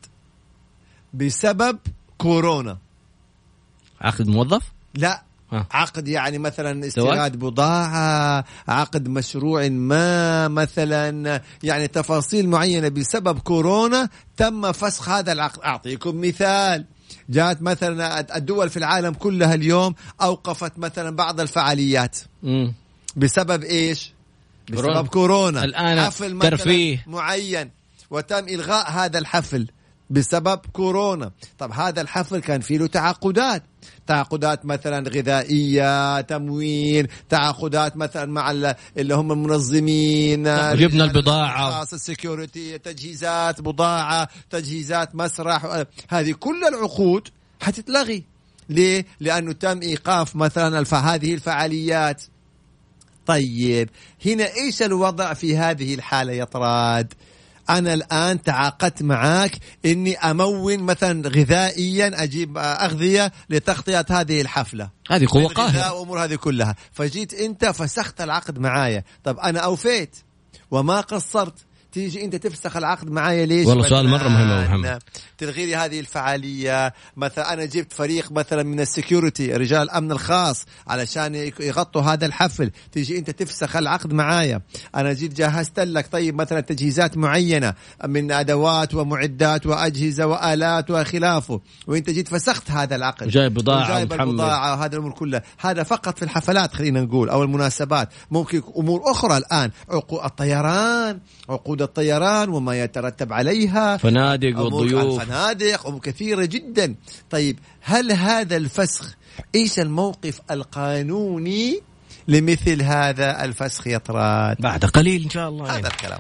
بسبب كورونا، عقد موظف؟ لا عقد يعني مثلا استيراد بضاعة، عقد مشروع ما مثلا، يعني تفاصيل معينة بسبب كورونا تم فسخ هذا العقد. أعطيكم مثال: جاءت مثلا الدول في العالم كلها اليوم أوقفت مثلا بعض الفعاليات بسبب إيش؟ بسبب كورونا. الآن حفل ترفيه معين وتم إلغاء هذا الحفل بسبب كورونا. طب هذا الحفل كان فيه له تعاقدات مثلا غذائية، تموين، تعاقدات مثلا مع اللي هم المنظمين، جبنا البضاعة، السيكوريتي، تجهيزات بضاعة، تجهيزات مسرح. هذه كل العقود هتتلغي. ليه؟ لأنه تم إيقاف مثلا هذه الفعاليات. طيب هنا إيش الوضع في هذه الحالة يا طراد؟ أنا الآن تعاقدت معك إني أمون مثلا غذائيا، أجيب أغذية لتغطية هذه الحفلة، هذه قوة قاهرة وأمور هذه كلها. فجيت أنت فسخت العقد معايا، طب أنا أوفيت وما قصرت، تيجي أنت تفسخ العقد معايا ليش؟ والله سؤال مرة مهم يا محمد. تلغي لي هذه الفعالية. مثلا أنا جبت فريق مثلا من السكيورتي، رجال الأمن الخاص علشان يغطوا هذا الحفل، تيجي أنت تفسخ العقد معايا. أنا جيت جهزت لك طيب مثلا تجهيزات معينة من أدوات ومعدات وأجهزة وآلات وخلافه، وأنت جيت فسخت هذا العقد، جايب بضاعة وهذا الأمور كلها. هذا فقط في الحفلات خلينا نقول أو المناسبات. ممكن أمور أخرى الآن، عقود الطيران، عقود الطيران وما يترتب عليها، فنادق والضيوف، فنادق كثيرة جدا. طيب هل هذا الفسخ، إيش الموقف القانوني لمثل هذا الفسخ يا طراد؟ بعد قليل إن شاء الله. هذا الكلام.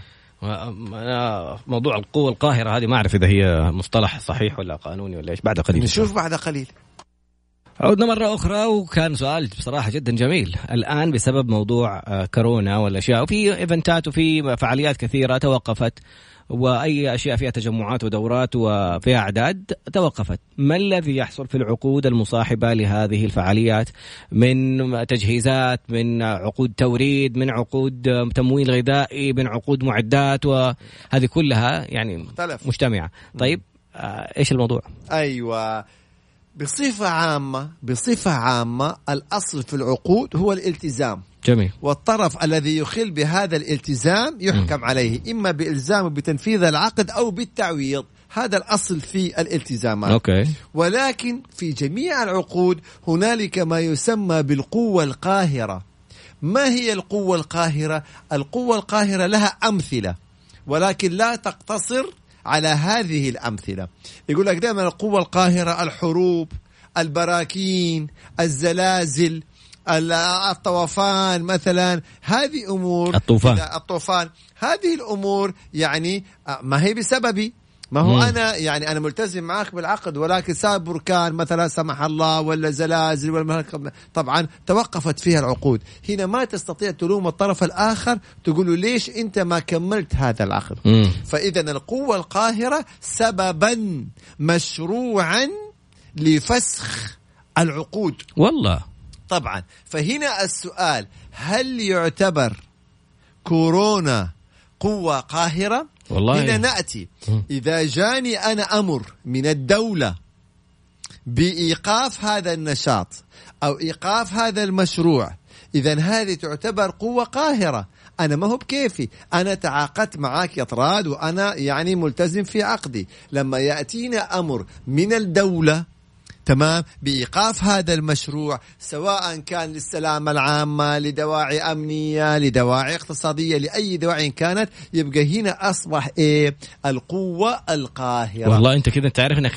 موضوع القوة القاهرة هذه ما أعرف إذا هي مصطلح صحيح ولا قانوني ولا إيش. بعد قليل نشوف بعد قليل. عودنا مرة أخرى، وكان سؤال بصراحة جدا جميل. الآن بسبب موضوع كورونا والأشياء، وفي إيفنتات وفي فعاليات كثيرة توقفت، وأي أشياء فيها تجمعات ودورات وفيها أعداد توقفت، ما الذي يحصل في العقود المصاحبة لهذه الفعاليات من تجهيزات، من عقود توريد، من عقود تمويل غذائي، من عقود معدات، وهذه كلها يعني مختلف مجتمعة. طيب إيش الموضوع؟ أيوة، بصفة عامة الأصل في العقود هو الالتزام. جميل. والطرف الذي يخل بهذا الالتزام يحكم عليه إما بإلزامه بتنفيذ العقد أو بالتعويض. هذا الأصل في الالتزامات. أوكي. ولكن في جميع العقود هنالك ما يسمى بالقوة القاهرة. ما هي القوة القاهرة؟ القوة القاهرة لها أمثلة، ولكن لا تقتصر على هذه الأمثلة. يقول لك دائما القوة القاهرة الحروب، البراكين، الزلازل، الطوفان مثلا، هذه أمور. الطوفان هذه الأمور يعني ما هي بسببي، ما هو أنا يعني أنا ملتزم معك بالعقد، ولكن سبب بركان مثلا سمح الله ولا زلازل ولا طبعا توقفت فيها العقود. هنا ما تستطيع تلوم الطرف الآخر تقول له ليش أنت ما كملت هذا العقد. فإذا القوة القاهرة سببا مشروعا لفسخ العقود والله. طبعا فهنا السؤال، هل يعتبر كورونا قوة قاهرة؟ والله هنا نأتي إذا جاني أنا أمر من الدولة بإيقاف هذا النشاط أو إيقاف هذا المشروع، إذن هذه تعتبر قوة قاهرة. أنا ما هو بكيفي، أنا تعاقدت معك يا طراد وأنا يعني ملتزم في عقدي. لما يأتينا أمر من الدولة تمام بإيقاف هذا المشروع، سواء كان للسلامة العامة، لدواعي أمنية، لدواعي اقتصادية، لأي دواعي كانت، يبقى هنا أصبح إيه؟ القوة القاهرة. والله أنت كذا تعرف أنك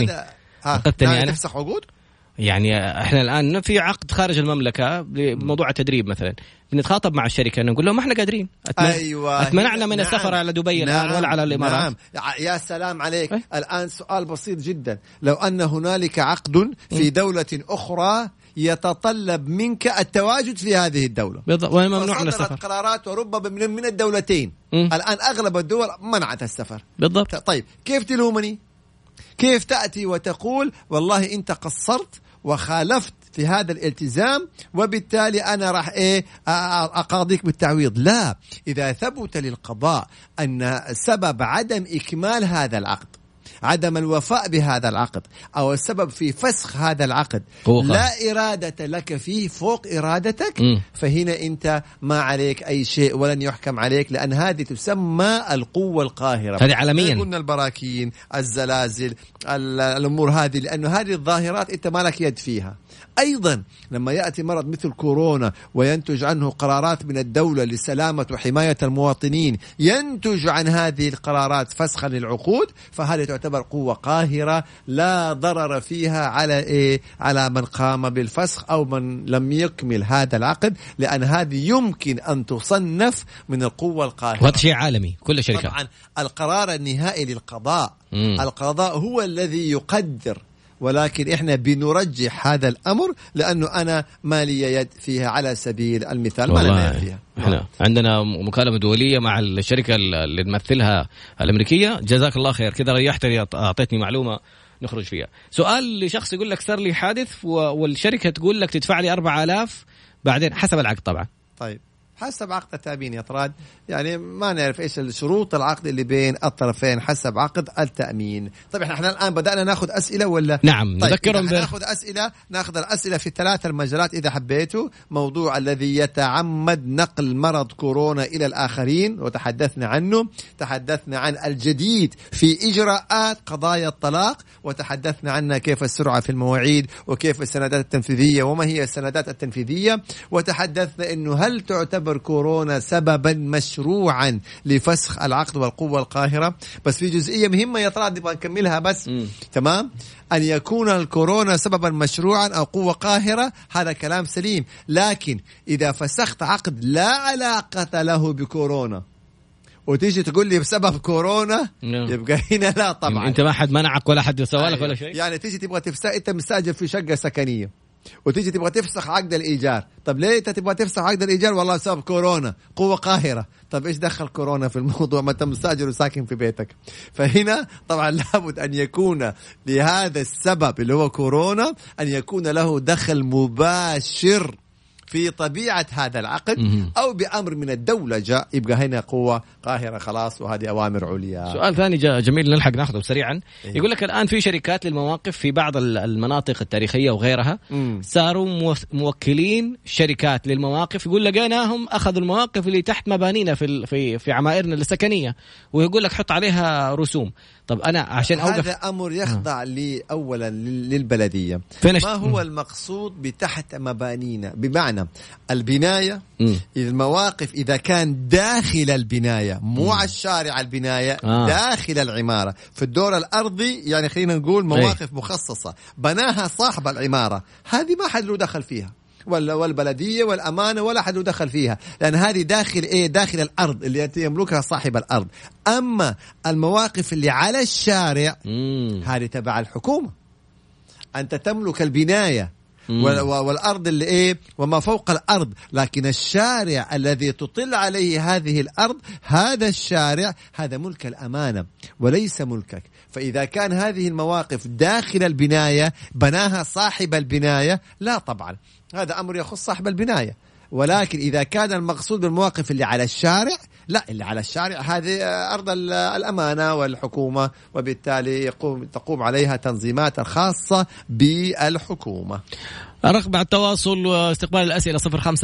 أنقذتني أنا تفسخ عقود. يعني احنا الآن في عقد خارج المملكة بموضوع التدريب مثلا، بنتخاطب مع الشركة نقول لهم ما احنا قادرين، اتمنعنا من السفر على دبي الآن ولا على الإمارات. يا سلام عليك. الآن سؤال بسيط جدا، لو أن هنالك عقد في دولة أخرى يتطلب منك التواجد في هذه الدولة وممنوع من السفر، قرارات وربما من الدولتين الآن أغلب الدول منعت السفر بالضبط. طيب كيف تلومني؟ كيف تأتي وتقول والله أنت قصرت وخالفت في هذا الالتزام وبالتالي أنا راح أقاضيك بالتعويض؟ لا، إذا ثبت للقضاء أن سبب عدم إكمال هذا العقد، عدم الوفاء بهذا العقد، أو السبب في فسخ هذا العقد لا إرادة لك فيه فوق إرادتك، فهنا أنت ما عليك أي شيء ولن يحكم عليك، لأن هذه تسمى القوة القاهرة. هذه عالميا قلنا البراكين، الزلازل، الأمور هذه، لأنه هذه الظاهرات أنت ما لك يد فيها. أيضا لما يأتي مرض مثل كورونا وينتج عنه قرارات من الدولة لسلامة وحماية المواطنين، ينتج عن هذه القرارات فسخا للعقود، فهذه تعتبر قوة قاهرة لا ضرر فيها على من قام بالفسخ أو من لم يكمل هذا العقد، لأن هذه يمكن أن تصنف من القوة القاهرة. وهذا شيء عالمي كل شركة. طبعا القرار النهائي للقضاء، القضاء هو الذي يقدر ولكن إحنا بنرجح هذا الأمر لأنه أنا ما لي يد فيها على سبيل المثال، ما لنا يد فيها. احنا عندنا مكالمة دولية مع الشركة اللي نمثلها الأمريكية. جزاك الله خير، كذا ريحتني، أعطيتني معلومة نخرج فيها. سؤال لشخص يقول لك صار لي حادث والشركة تقول لك تدفع لي 4000 بعدين حسب العقد طبعا. طيب حسب عقد التأمين يا طراد، يعني ما نعرف إيش الشروط العقد اللي بين الطرفين حسب عقد التأمين. طيب إحنا الآن بدأنا ناخذ أسئلة ولا؟ نعم. طيب نذكرهم ناخذ الأسئلة في 3 المجالات إذا حبيتوا. موضوع الذي يتعمد نقل مرض كورونا إلى الآخرين وتحدثنا عنه، تحدثنا عن الجديد في إجراءات قضايا الطلاق، وتحدثنا عنها كيف السرعة في المواعيد وكيف السندات التنفيذية وما هي السندات التنفيذية، وتحدثنا إنه هل تعتبر كورونا سببا مشروعا لفسخ العقد والقوة القاهرة. بس في جزئية مهمة يا طراد نبغى نكملها بس. تمام، أن يكون الكورونا سببا مشروعا أو قوة قاهرة هذا كلام سليم، لكن إذا فسخت عقد لا علاقة له بكورونا وتيجي تقول لي بسبب كورونا يبقى هنا لا طبعا. انت ما حد منعك ولا حد سوى لك ولا شيء. يعني تيجي تبغى انت مستاجر في شقة سكنية وتيجي تبغى تفسخ عقد الإيجار. طب ليه انت تبغى تفسخ عقد الإيجار؟ والله بسبب كورونا، قوة قاهرة. طب إيش دخل كورونا في الموضوع ما أنت مستأجر وساكن في بيتك؟ فهنا طبعا لابد أن يكون لهذا السبب اللي هو كورونا أن يكون له دخل مباشر في طبيعة هذا العقد أو بأمر من الدولة جاء، يبقى هنا قوة قاهرة خلاص، وهذه أوامر عليا. سؤال ثاني جميل نلحق ناخذه سريعا. يقول لك الآن في شركات للمواقف في بعض المناطق التاريخية وغيرها صاروا موكلين شركات للمواقف، يقول لقيناهم أخذوا المواقف اللي تحت مبانينا في عمائرنا السكنية، ويقول لك حط عليها رسوم. طب أنا عشان أوقف، هذا أمر يخضع لي أولا للبلدية. ما هو المقصود بتحت مبانينا؟ بمعنى البناية، المواقف إذا كان داخل البناية مو على الشارع، البناية داخل العمارة في الدور الأرضي، يعني خلينا نقول مواقف مخصصة بناها صاحب العمارة، هذه ما حد له دخل فيها، والبلدية والأمانة ولا حد له دخل فيها، لأن هذه داخل داخل الأرض اللي يملكها صاحب الأرض. أما المواقف اللي على الشارع هذه تبع الحكومة، أنت تملك البناية والأرض اللي وما فوق الأرض، لكن الشارع الذي تطل عليه هذه الأرض، هذا الشارع هذا ملك الأمانة وليس ملكك. فإذا كان هذه المواقف داخل البناية بناها صاحب البناية، لا طبعا هذا أمر يخص صاحب البناية. ولكن إذا كان المقصود بالمواقف اللي على الشارع، لا، اللي على الشارع هذه أرض الأمانة والحكومة، وبالتالي تقوم عليها تنظيمات خاصة بالحكومة. رقم التواصل واستقبال الأسئلة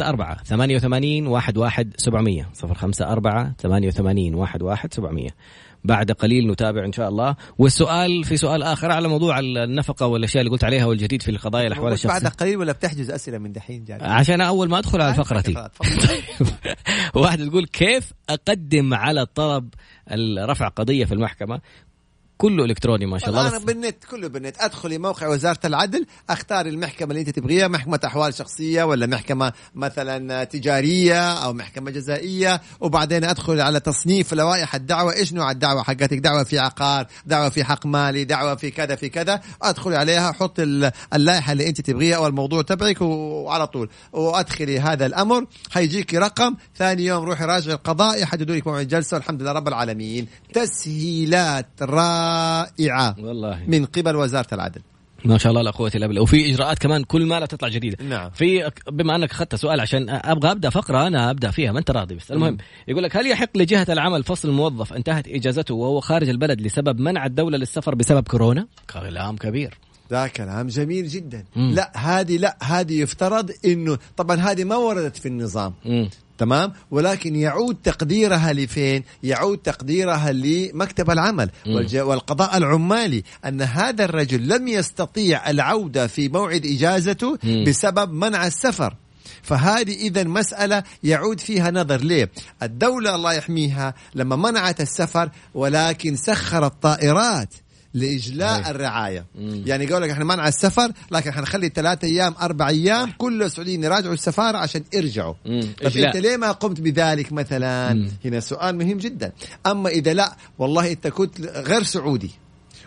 054-88-11700 054-88-11700. بعد قليل نتابع إن شاء الله. والسؤال في سؤال آخر على موضوع النفقة والأشياء اللي قلت عليها والجديد في القضايا الأحوال الشخصية. بعد قليل ولا بتحجز أسئلة من دحين جاي؟ عشان أول ما أدخل على فقرتي. واحد يقول كيف أقدم على طلب رفع قضية في المحكمة؟ كله إلكتروني ما شاء الله. أنا بالنت، كله بالنت. أدخل موقع وزارة العدل، أختار المحكمة اللي أنت تبغيها، محكمة أحوال شخصية ولا محكمة مثلا تجارية أو محكمة جزائية، وبعدين أدخل على تصنيف لوائح الدعوة، إيش نوع الدعوة حقتك، دعوة في عقار، دعوة في حق مالي، دعوة في كذا في كذا، أدخل عليها، حط اللائحة اللي أنت تبغيها أو الموضوع تبعك وعلى طول وأدخلي هذا الأمر، هيجيك رقم، ثاني يوم روحي راجع القضاء يحددوا لك موعد جلسة، والحمد لله رب العالمين. تسهيلات رائعة والله من قبل وزارة العدل، ما شاء الله لا قوة إلا بالله. وفي إجراءات كمان كل ما لا تطلع جديدة. نعم. في بما أنك أخذت سؤال عشان أبغى أبدأ فقرة أنا أبدأ فيها ما أنت راضي بس. المهم يقول لك هل يحق لجهة العمل فصل موظف انتهت إجازته وهو خارج البلد لسبب منع الدولة للسفر بسبب كورونا؟ كلام كبير. ده كلام جميل جدا. لا هذه يفترض إنه طبعا هذه ما وردت في النظام. تمام، ولكن يعود تقديرها لفين؟ يعود تقديرها لمكتب العمل والقضاء العمالي، أن هذا الرجل لم يستطيع العودة في موعد إجازته بسبب منع السفر. فهذه إذن مسألة يعود فيها نظر. ليه؟ الدولة الله يحميها لما منعت السفر ولكن سخرت طائرات لإجلاء الرعاية. يعني يقول لك احنا منع السفر لكن حنخلي 3 أيام 4 أيام كل السعوديين يراجعوا السفارة عشان يرجعوا. طب انت ليه ما قمت بذلك مثلا؟ هنا سؤال مهم جدا. اما اذا لا والله انت كنت غير سعودي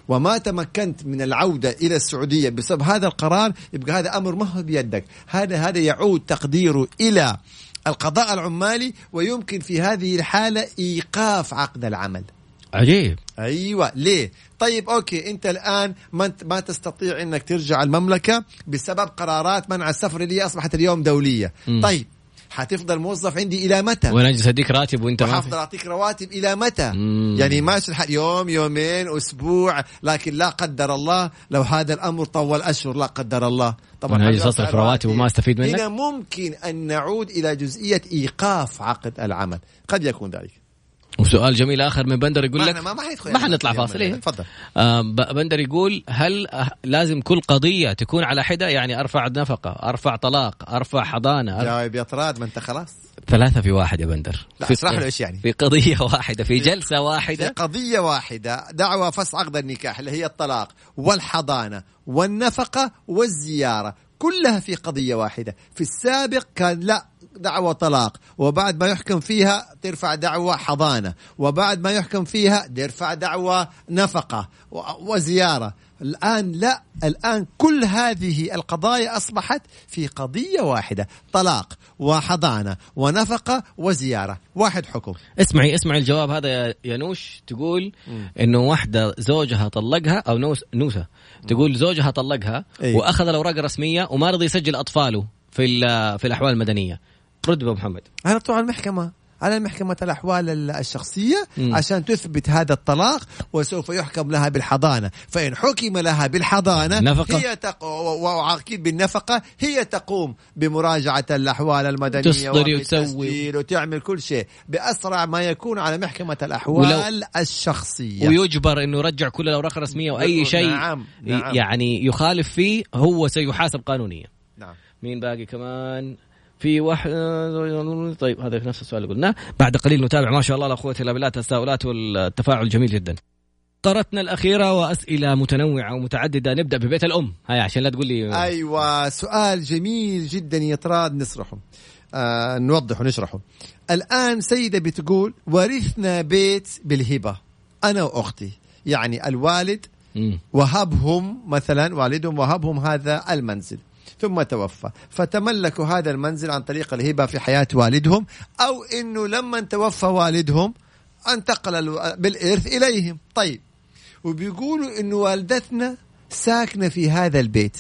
وما تمكنت من العودة إلى السعودية بسبب هذا القرار، يبقى هذا أمر ما هو بيدك، هذا يعود تقديره إلى القضاء العمالي، ويمكن في هذه الحالة إيقاف عقد العمل. عجيب. أيوة. ليه؟ طيب أوكي، أنت الآن ما تستطيع أنك ترجع المملكة بسبب قرارات منع السفر اللي أصبحت اليوم دولية. طيب حتفضل موظف عندي إلى متى؟ وانا اجلس اديك راتب وانت ما حافظ اعطيك رواتب الى متى؟ يعني ماشي الحال يوم يومين اسبوع، لكن لا قدر الله لو هذا الامر طول اشهر لا قدر الله، طبعا انا اجلس اصرف رواتب وما استفيد منك. هنا ممكن ان نعود الى جزئيه ايقاف عقد العمل، قد يكون ذلك. وسؤال جميل آخر من بندر يقول لك ما حنطلع فاصل. إيه؟ تفضل. بندر يقول هل لازم كل قضية تكون على حدة؟ يعني أرفع نفقة، أرفع طلاق، أرفع حضانة، جاوب يا طراد، ما أنت خلاص 3 في 1 يا بندر. لا اشرح له إيش يعني. في قضية واحدة، في جلسة واحدة، في قضية واحدة، دعوى فسخ عقد النكاح اللي هي الطلاق والحضانة والنفقة والزيارة، كلها في قضية واحدة. في السابق كان لا، دعوة طلاق، وبعد ما يحكم فيها ترفع دعوة حضانة، وبعد ما يحكم فيها ترفع دعوة نفقة وزيارة. الآن لا، الآن كل هذه القضايا أصبحت في قضية واحدة، طلاق وحضانة ونفقة وزيارة، واحد حكم. اسمعي الجواب هذا يا نوش. تقول إنه واحدة زوجها طلقها، أو نوسة تقول زوجها طلقها وأخذ الأوراق الرسمية وما رضي يسجل أطفاله في الأحوال المدنية. رد أبو محمد. أنا طبعا على المحكمة الأحوال الشخصية عشان تثبت هذا الطلاق، وسوف يحكم لها بالحضانة. فإن حكم لها بالحضانة نفقة. هي وأكيد بالنفقة، هي تقوم بمراجعة الأحوال المدنية وتسوي وتعمل كل شيء بأسرع ما يكون على محكمة الأحوال الشخصية، ويجبر إنه يرجع كل الأوراق الرسمية وأي شيء نعم. يعني يخالف فيه هو سيحاسب قانونيا. نعم. مين باقي كمان؟ في واحد. طيب هذا نفس السؤال اللي قلناه. بعد قليل نتابع ما شاء الله الأخوة الأبناء التساؤلات والتفاعل جميل جدا. فقرتنا الأخيرة وأسئلة متنوعة ومتعددة. نبدأ ببيت الأم. هاي عشان لا تقول لي. أيوة، سؤال جميل جدا يطراد، نشرحه نوضحه نشرحه. الآن سيدة بتقول ورثنا بيت بالهبة أنا وأختي، يعني الوالد وهبهم مثلا، والدهم وهبهم هذا المنزل ثم توفى، فتملكوا هذا المنزل عن طريق الهبة في حياة والدهم، أو إنه لما توفى والدهم انتقل بالإرث إليهم. طيب، وبيقولوا إنه والدتنا ساكنة في هذا البيت،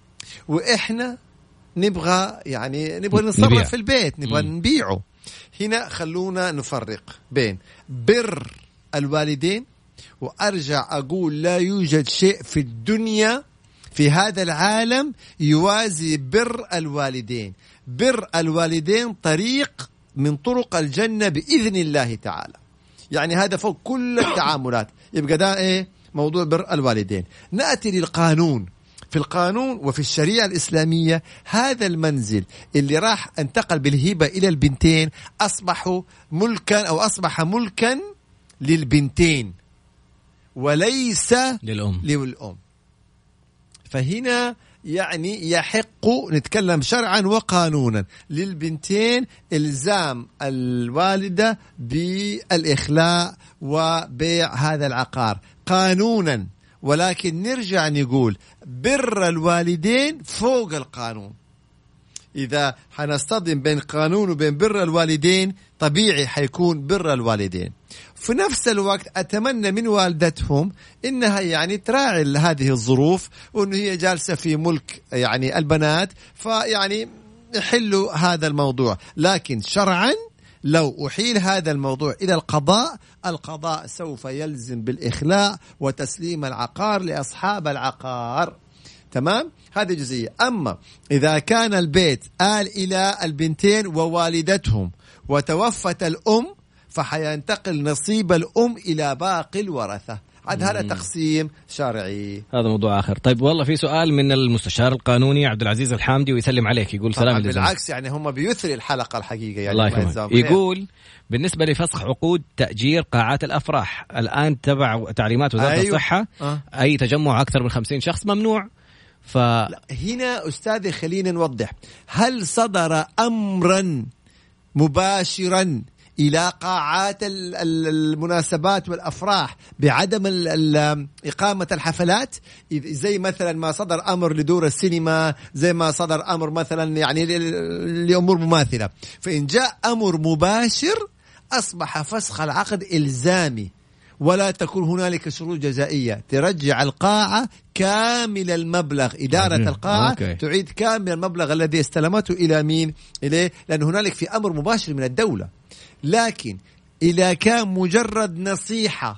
وإحنا نبغى نصرف في البيت، نبغى نبيعه. هنا خلونا نفرق بين بر الوالدين، وأرجع أقول لا يوجد شيء في الدنيا في هذا العالم يوازي بر الوالدين. بر الوالدين طريق من طرق الجنة بإذن الله تعالى، يعني هذا فوق كل التعاملات. يبقى ده موضوع بر الوالدين. نأتي للقانون. في القانون وفي الشريعة الإسلامية هذا المنزل اللي راح انتقل بالهبة إلى البنتين أصبح ملكا للبنتين وليس للأم. فهنا يعني يحق، نتكلم شرعا وقانونا، للبنتين إلزام الوالدة بالإخلاء وبيع هذا العقار قانونا. ولكن نرجع نقول بر الوالدين فوق القانون. إذا حنصطدم بين قانون وبين بر الوالدين طبيعي حيكون بر الوالدين. في نفس الوقت أتمنى من والدتهم إنها تراعي هذه الظروف، وإنه هي جالسة في ملك البنات، يحلوا هذا الموضوع. لكن شرعا لو أحيل هذا الموضوع إلى القضاء سوف يلزم بالإخلاء وتسليم العقار لأصحاب العقار. تمام؟ هذه جزئية. أما إذا كان البيت آل إلى البنتين ووالدتهم وتوفت الأم، فحينتقل نصيب الأم إلى باقي الورثة. هذا تقسيم شرعي. هذا موضوع آخر. طيب والله في سؤال من المستشار القانوني عبد العزيز الحامدي ويسلم عليك، يقول سلام. بالعكس هم بيثري الحلقة الحقيقة الله يقول بالنسبة لفسخ عقود تأجير قاعات الأفراح الآن تبع تعليمات وزارة الصحة أي تجمع أكثر من 50 شخص ممنوع. هنا أستاذي خلينا نوضح، هل صدر أمرا مباشرا إلى قاعات المناسبات والأفراح بعدم إقامة الحفلات، زي مثلا ما صدر أمر لدور السينما، زي ما صدر أمر مثلا يعني لأمور مماثلة. فإن جاء أمر مباشر أصبح فسخ العقد إلزامي، ولا تكون هنالك شروط جزائية. ترجع القاعة كامل المبلغ، إدارة القاعة تعيد كامل المبلغ الذي استلمته إلى مين؟ إليه، لأن هنالك في أمر مباشر من الدولة. لكن إذا كان مجرد نصيحة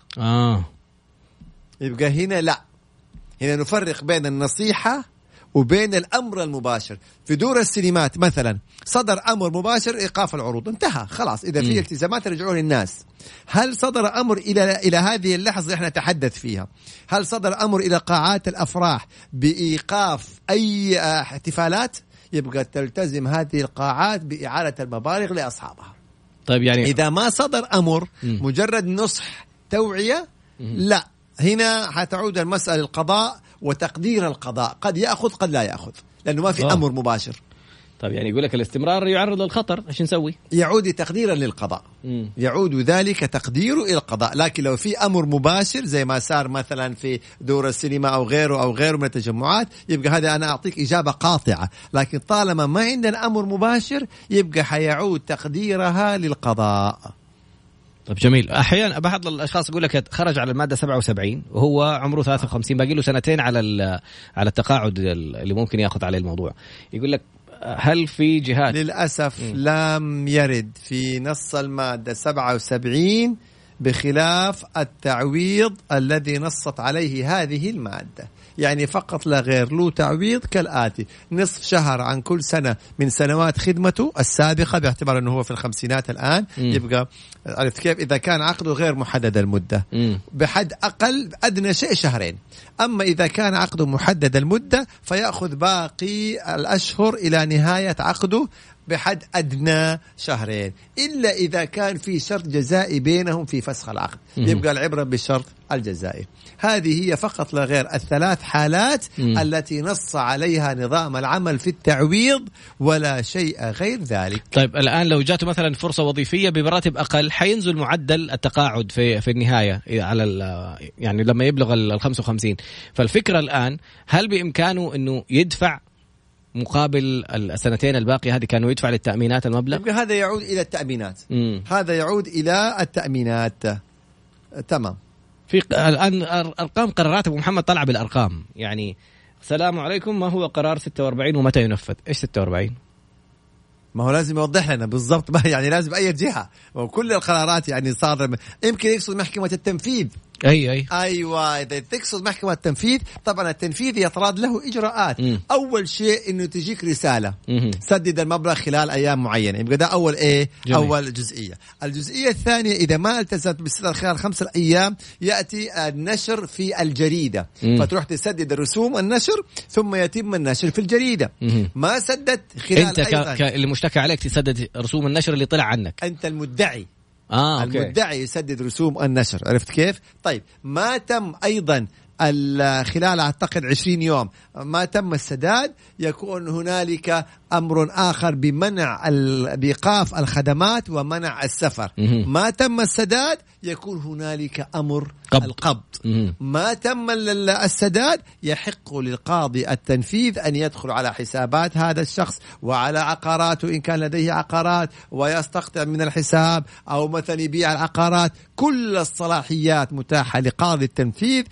يبقى هنا لا، هنا نفرق بين النصيحة وبين الأمر المباشر. في دور السينمات مثلا صدر أمر مباشر إيقاف العروض، انتهى خلاص، إذا في التزامات رجعوا للناس. هل صدر أمر إلى هذه اللحظة إحنا نتحدث فيها، هل صدر أمر إلى قاعات الأفراح بإيقاف أي احتفالات؟ يبقى تلتزم هذه القاعات بإعادة المبالغ لأصحابها. طيب يعني إذا ما صدر أمر مجرد نصح توعية، لا، هنا حتعود المسألة القضاء وتقدير القضاء، قد يأخذ قد لا يأخذ، لأنه ما في أمر مباشر. طيب يعني يقول لك الاستمرار يعرض للخطر، ايش نسوي؟ يعود تقديرا للقضاء، يعود ذلك تقديره إلى القضاء. لكن لو في أمر مباشر زي ما صار مثلا في دور السينما أو غيره من التجمعات، يبقى هذا أنا أعطيك إجابة قاطعة. لكن طالما ما عندنا أمر مباشر يبقى حيعود تقديرها للقضاء. طيب جميل. أحيانا بعض الأشخاص يقول لك خرج على المادة 77 وهو عمره 53، باقي له سنتين على التقاعد اللي ممكن يأخذ عليه الموضوع. يقول لك هل في جهات؟ للأسف لم يرد في نص المادة 77 بخلاف التعويض الذي نصت عليه هذه المادة، يعني فقط لا غير له تعويض كالآتي: نصف شهر عن كل سنة من سنوات خدمته السابقة، باعتبار أنه هو في الخمسينات الآن. يبقى عرفت كيف؟ إذا كان عقده غير محدد المدة بحد أقل أدنى شيء شهرين. أما إذا كان عقده محدد المدة فيأخذ باقي الأشهر إلى نهاية عقده بحد أدنى شهرين، إلا إذا كان في شرط جزائي بينهم في فسخ العقد، يبقى العبرة بالشرط الجزائي. هذه هي فقط لا غير الثلاث حالات التي نص عليها نظام العمل في التعويض، ولا شيء غير ذلك. طيب الآن لو جاته مثلا فرصة وظيفية براتب أقل حينزل معدل التقاعد في النهاية على يعني لما يبلغ 55. فالفكرة الآن هل بإمكانه أنه يدفع مقابل السنتين الباقية هذه كانوا يدفع للتأمينات المبلغ؟ هذا يعود إلى التأمينات. هذا يعود إلى التأمينات. تمام. في الآن أرقام قرارات أبو محمد طلع بالأرقام، يعني السلام عليكم، ما هو قرار 46 ومتى ينفذ؟ إيش 46؟ ما هو لازم يوضح لنا بالضبط، يعني لازم أي جهة، وكل القرارات يعني صادرة، يمكن يقصد محكمة التنفيذ. أيوة، إذا تقصد محكمة التنفيذ، طبعا التنفيذ يطراد له إجراءات. أول شيء إنه تجيك رسالة سدد المبلغ خلال أيام معينة، يبقى ده أول جميل. أول جزئية. الجزئية الثانية إذا ما التزمت بالسداد خلال 5 أيام يأتي النشر في الجريدة، فتروح تسدد رسوم النشر ثم يتم النشر في الجريدة. ما سدد خلال أنت اللي مشتكى عليك تسدد رسوم النشر اللي طلع عنك، أنت المدعي. أوكي. المدعي يسدد رسوم النشر، عرفت كيف؟ طيب ما تم أيضا خلال أعتقد 20 يوم ما تم السداد، يكون هنالك أمر آخر بمنع بإيقاف الخدمات ومنع السفر. ما تم السداد يكون هنالك أمر القبض. ما تم السداد يحق للقاضي التنفيذ أن يدخل على حسابات هذا الشخص وعلى عقاراته إن كان لديه عقارات ويستقطع من الحساب، أو مثلا يبيع العقارات. كل الصلاحيات متاحة لقاضي التنفيذ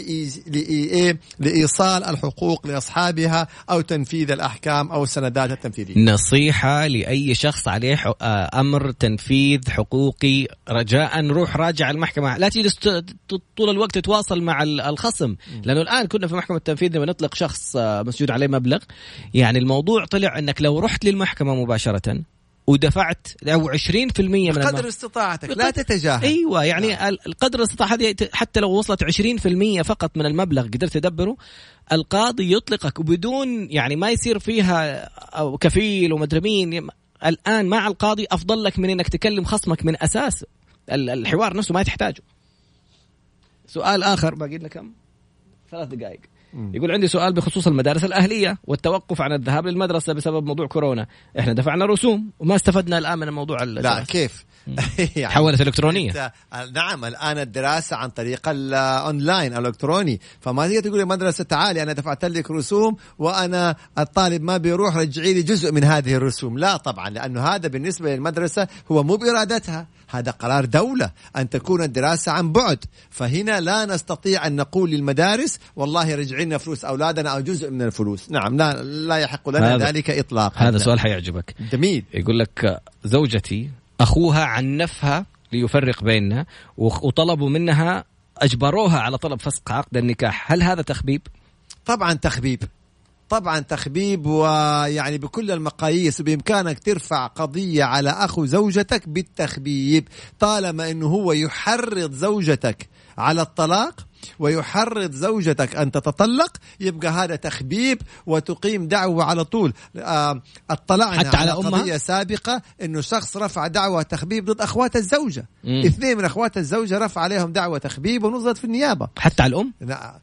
لإيصال الحقوق لأصحابها أو تنفيذ الأحكام أو السندات التنفيذية. نصيحة لأي شخص عليه أمر تنفيذ حقوقي، رجاء روح راجع المحكمة، لا تجلس طول الوقت تتواصل مع الخصم، لأنه الآن كنا في محكمة التنفيذ لما نطلق شخص مسجون عليه مبلغ، يعني الموضوع طلع أنك لو رحت للمحكمة مباشرة ودفعت لو 20% من قدر استطاعتك لا تتجاهل. أيوة، يعني القدر الاستطاعة هذه حتى لو وصلت 20% فقط من المبلغ قدرت تدبره، القاضي يطلقك وبدون يعني ما يصير فيها أو كفيل ومدري مين. الآن مع القاضي أفضل لك من أنك تكلم خصمك من أساس، الحوار نفسه ما تحتاجه. سؤال آخر باقي لنا كم 3 دقائق. يقول عندي سؤال بخصوص المدارس الأهلية والتوقف عن الذهاب للمدرسة بسبب موضوع كورونا. إحنا دفعنا رسوم وما استفدنا الآن من الموضوع. لا كيف يعني حولت إلكترونية. نعم، الآن الدراسة عن طريق الأونلاين الإلكتروني، فما هي تقول المدرسة تعالي أنا دفعت لك رسوم وأنا الطالب ما بيروح رجعي لي جزء من هذه الرسوم. لا طبعا، لأنه هذا بالنسبة للمدرسة هو مو بإرادتها، هذا قرار دولة أن تكون الدراسة عن بعد. فهنا لا نستطيع أن نقول للمدارس والله رجعينا فلوس أولادنا أو جزء من الفلوس. نعم، لا يحق لنا ذلك إطلاقا. هذا سؤال حيعجبك جميل. يقول لك زوجتي أخوها عنفها ليفرق بيننا وطلبوا منها، أجبروها على طلب فسخ عقد النكاح، هل هذا تخبيب؟ طبعا تخبيب، طبعا تخبيب، ويعني بكل المقاييس بإمكانك ترفع قضية على أخو زوجتك بالتخبيب، طالما أنه هو يحرض زوجتك على الطلاق ويحرض زوجتك أن تتطلق، يبقى هذا تخبيب وتقيم دعوة على طول. اطلعنا حتى على أمها؟ قضية سابقة أنه شخص رفع دعوة تخبيب ضد أخوات الزوجة. 2 من أخوات الزوجة رفع عليهم دعوة تخبيب ونظرت في النيابة. حتى على الأم؟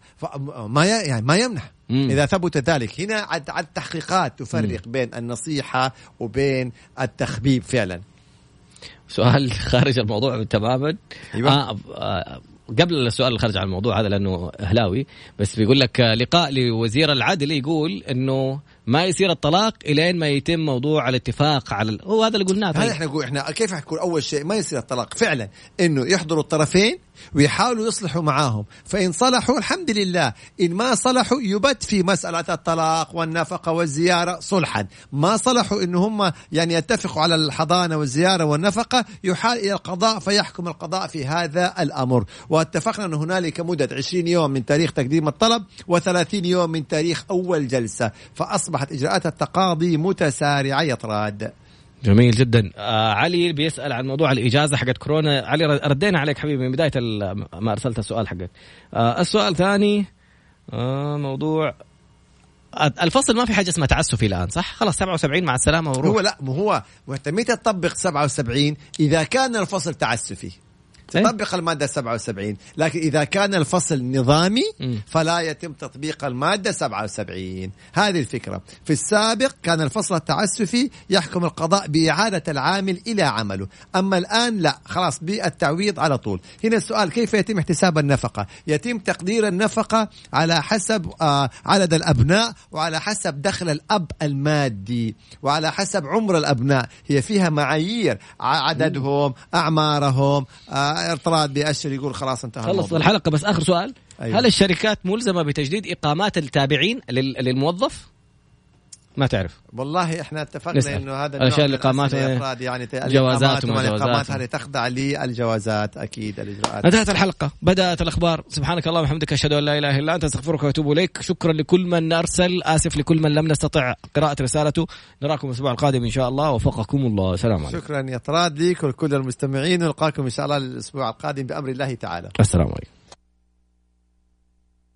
ما يمنح. إذا ثبت ذلك، هنا عد التحقيقات تفرق بين النصيحة وبين التخبيب فعلا. سؤال خارج الموضوع تماما. أيوة. قبل السؤال الخارج عن الموضوع هذا لأنه أهلاوي، بس بيقول لك لقاء لوزير العدل يقول إنه ما يصير الطلاق إلين ما يتم موضوع الاتفاق على هو هذا اللي قلناه. هذا احنا نقول احنا كيف حنقول أول شيء ما يصير الطلاق فعلا إنه يحضروا الطرفين ويحاولوا يصلحوا معاهم، فإن صلحوا الحمد لله، إن ما صلحوا يبت في مسألة الطلاق والنفقة والزيارة صلحا. ما صلحوا إنه هم يعني يتفقوا على الحضانة والزيارة والنفقة، يحال إلى القضاء فيحكم القضاء في هذا الأمر. واتفقنا أن هنالك مدة 20 يوم من تاريخ تقديم الطلب و30 يوم من تاريخ أول جلسة، فأصبحت إجراءات التقاضي متسارعة. يطراد جميل جدا. علي بيسأل عن موضوع الإجازة حقت كورونا. علي ردينا عليك حبيبي من بداية ما أرسلت السؤال حقك. السؤال ثاني موضوع الفصل، ما في حاجة اسمها تعسفي الآن صح؟ خلاص 77 مع السلامة وروح. هو لا، هو متى تطبق 77 إذا كان الفصل تعسفي تطبق المادة 77، لكن إذا كان الفصل نظامي فلا يتم تطبيق المادة 77. هذه الفكرة. في السابق كان الفصل التعسفي يحكم القضاء بإعادة العامل إلى عمله، أما الآن لا، خلاص بالتعويض على طول. هنا السؤال كيف يتم احتساب النفقة؟ يتم تقدير النفقة على حسب عدد الأبناء وعلى حسب دخل الأب المادي وعلى حسب عمر الأبناء. هي فيها معايير، عددهم، أعمارهم. ارتراد بأشر يقول خلاص انتهى خلص الحلقة. بس آخر سؤال. أيوة. هل الشركات ملزمة بتجديد إقامات التابعين للموظف؟ ما تعرف والله احنا اتفقنا انه هذا الاشياء الإقامات يعني جوازات والإقامات هذه تخضع للجوازات اكيد الاجراءات. انتهت الحلقة، بدأت الأخبار. سبحانك اللهم وبحمدك أشهد أن لا إله إلا أنت أستغفرك وأتوب إليك. شكرا لكل من أرسل، آسف لكل من لم نستطع قراءة رسالته. نراكم الأسبوع القادم إن شاء الله، وفقكم الله. سلام عليكم. شكرا يا طراد ليك ولكل المستمعين، ونلقاكم إن شاء الله الأسبوع القادم بأمر الله تعالى. السلام عليكم.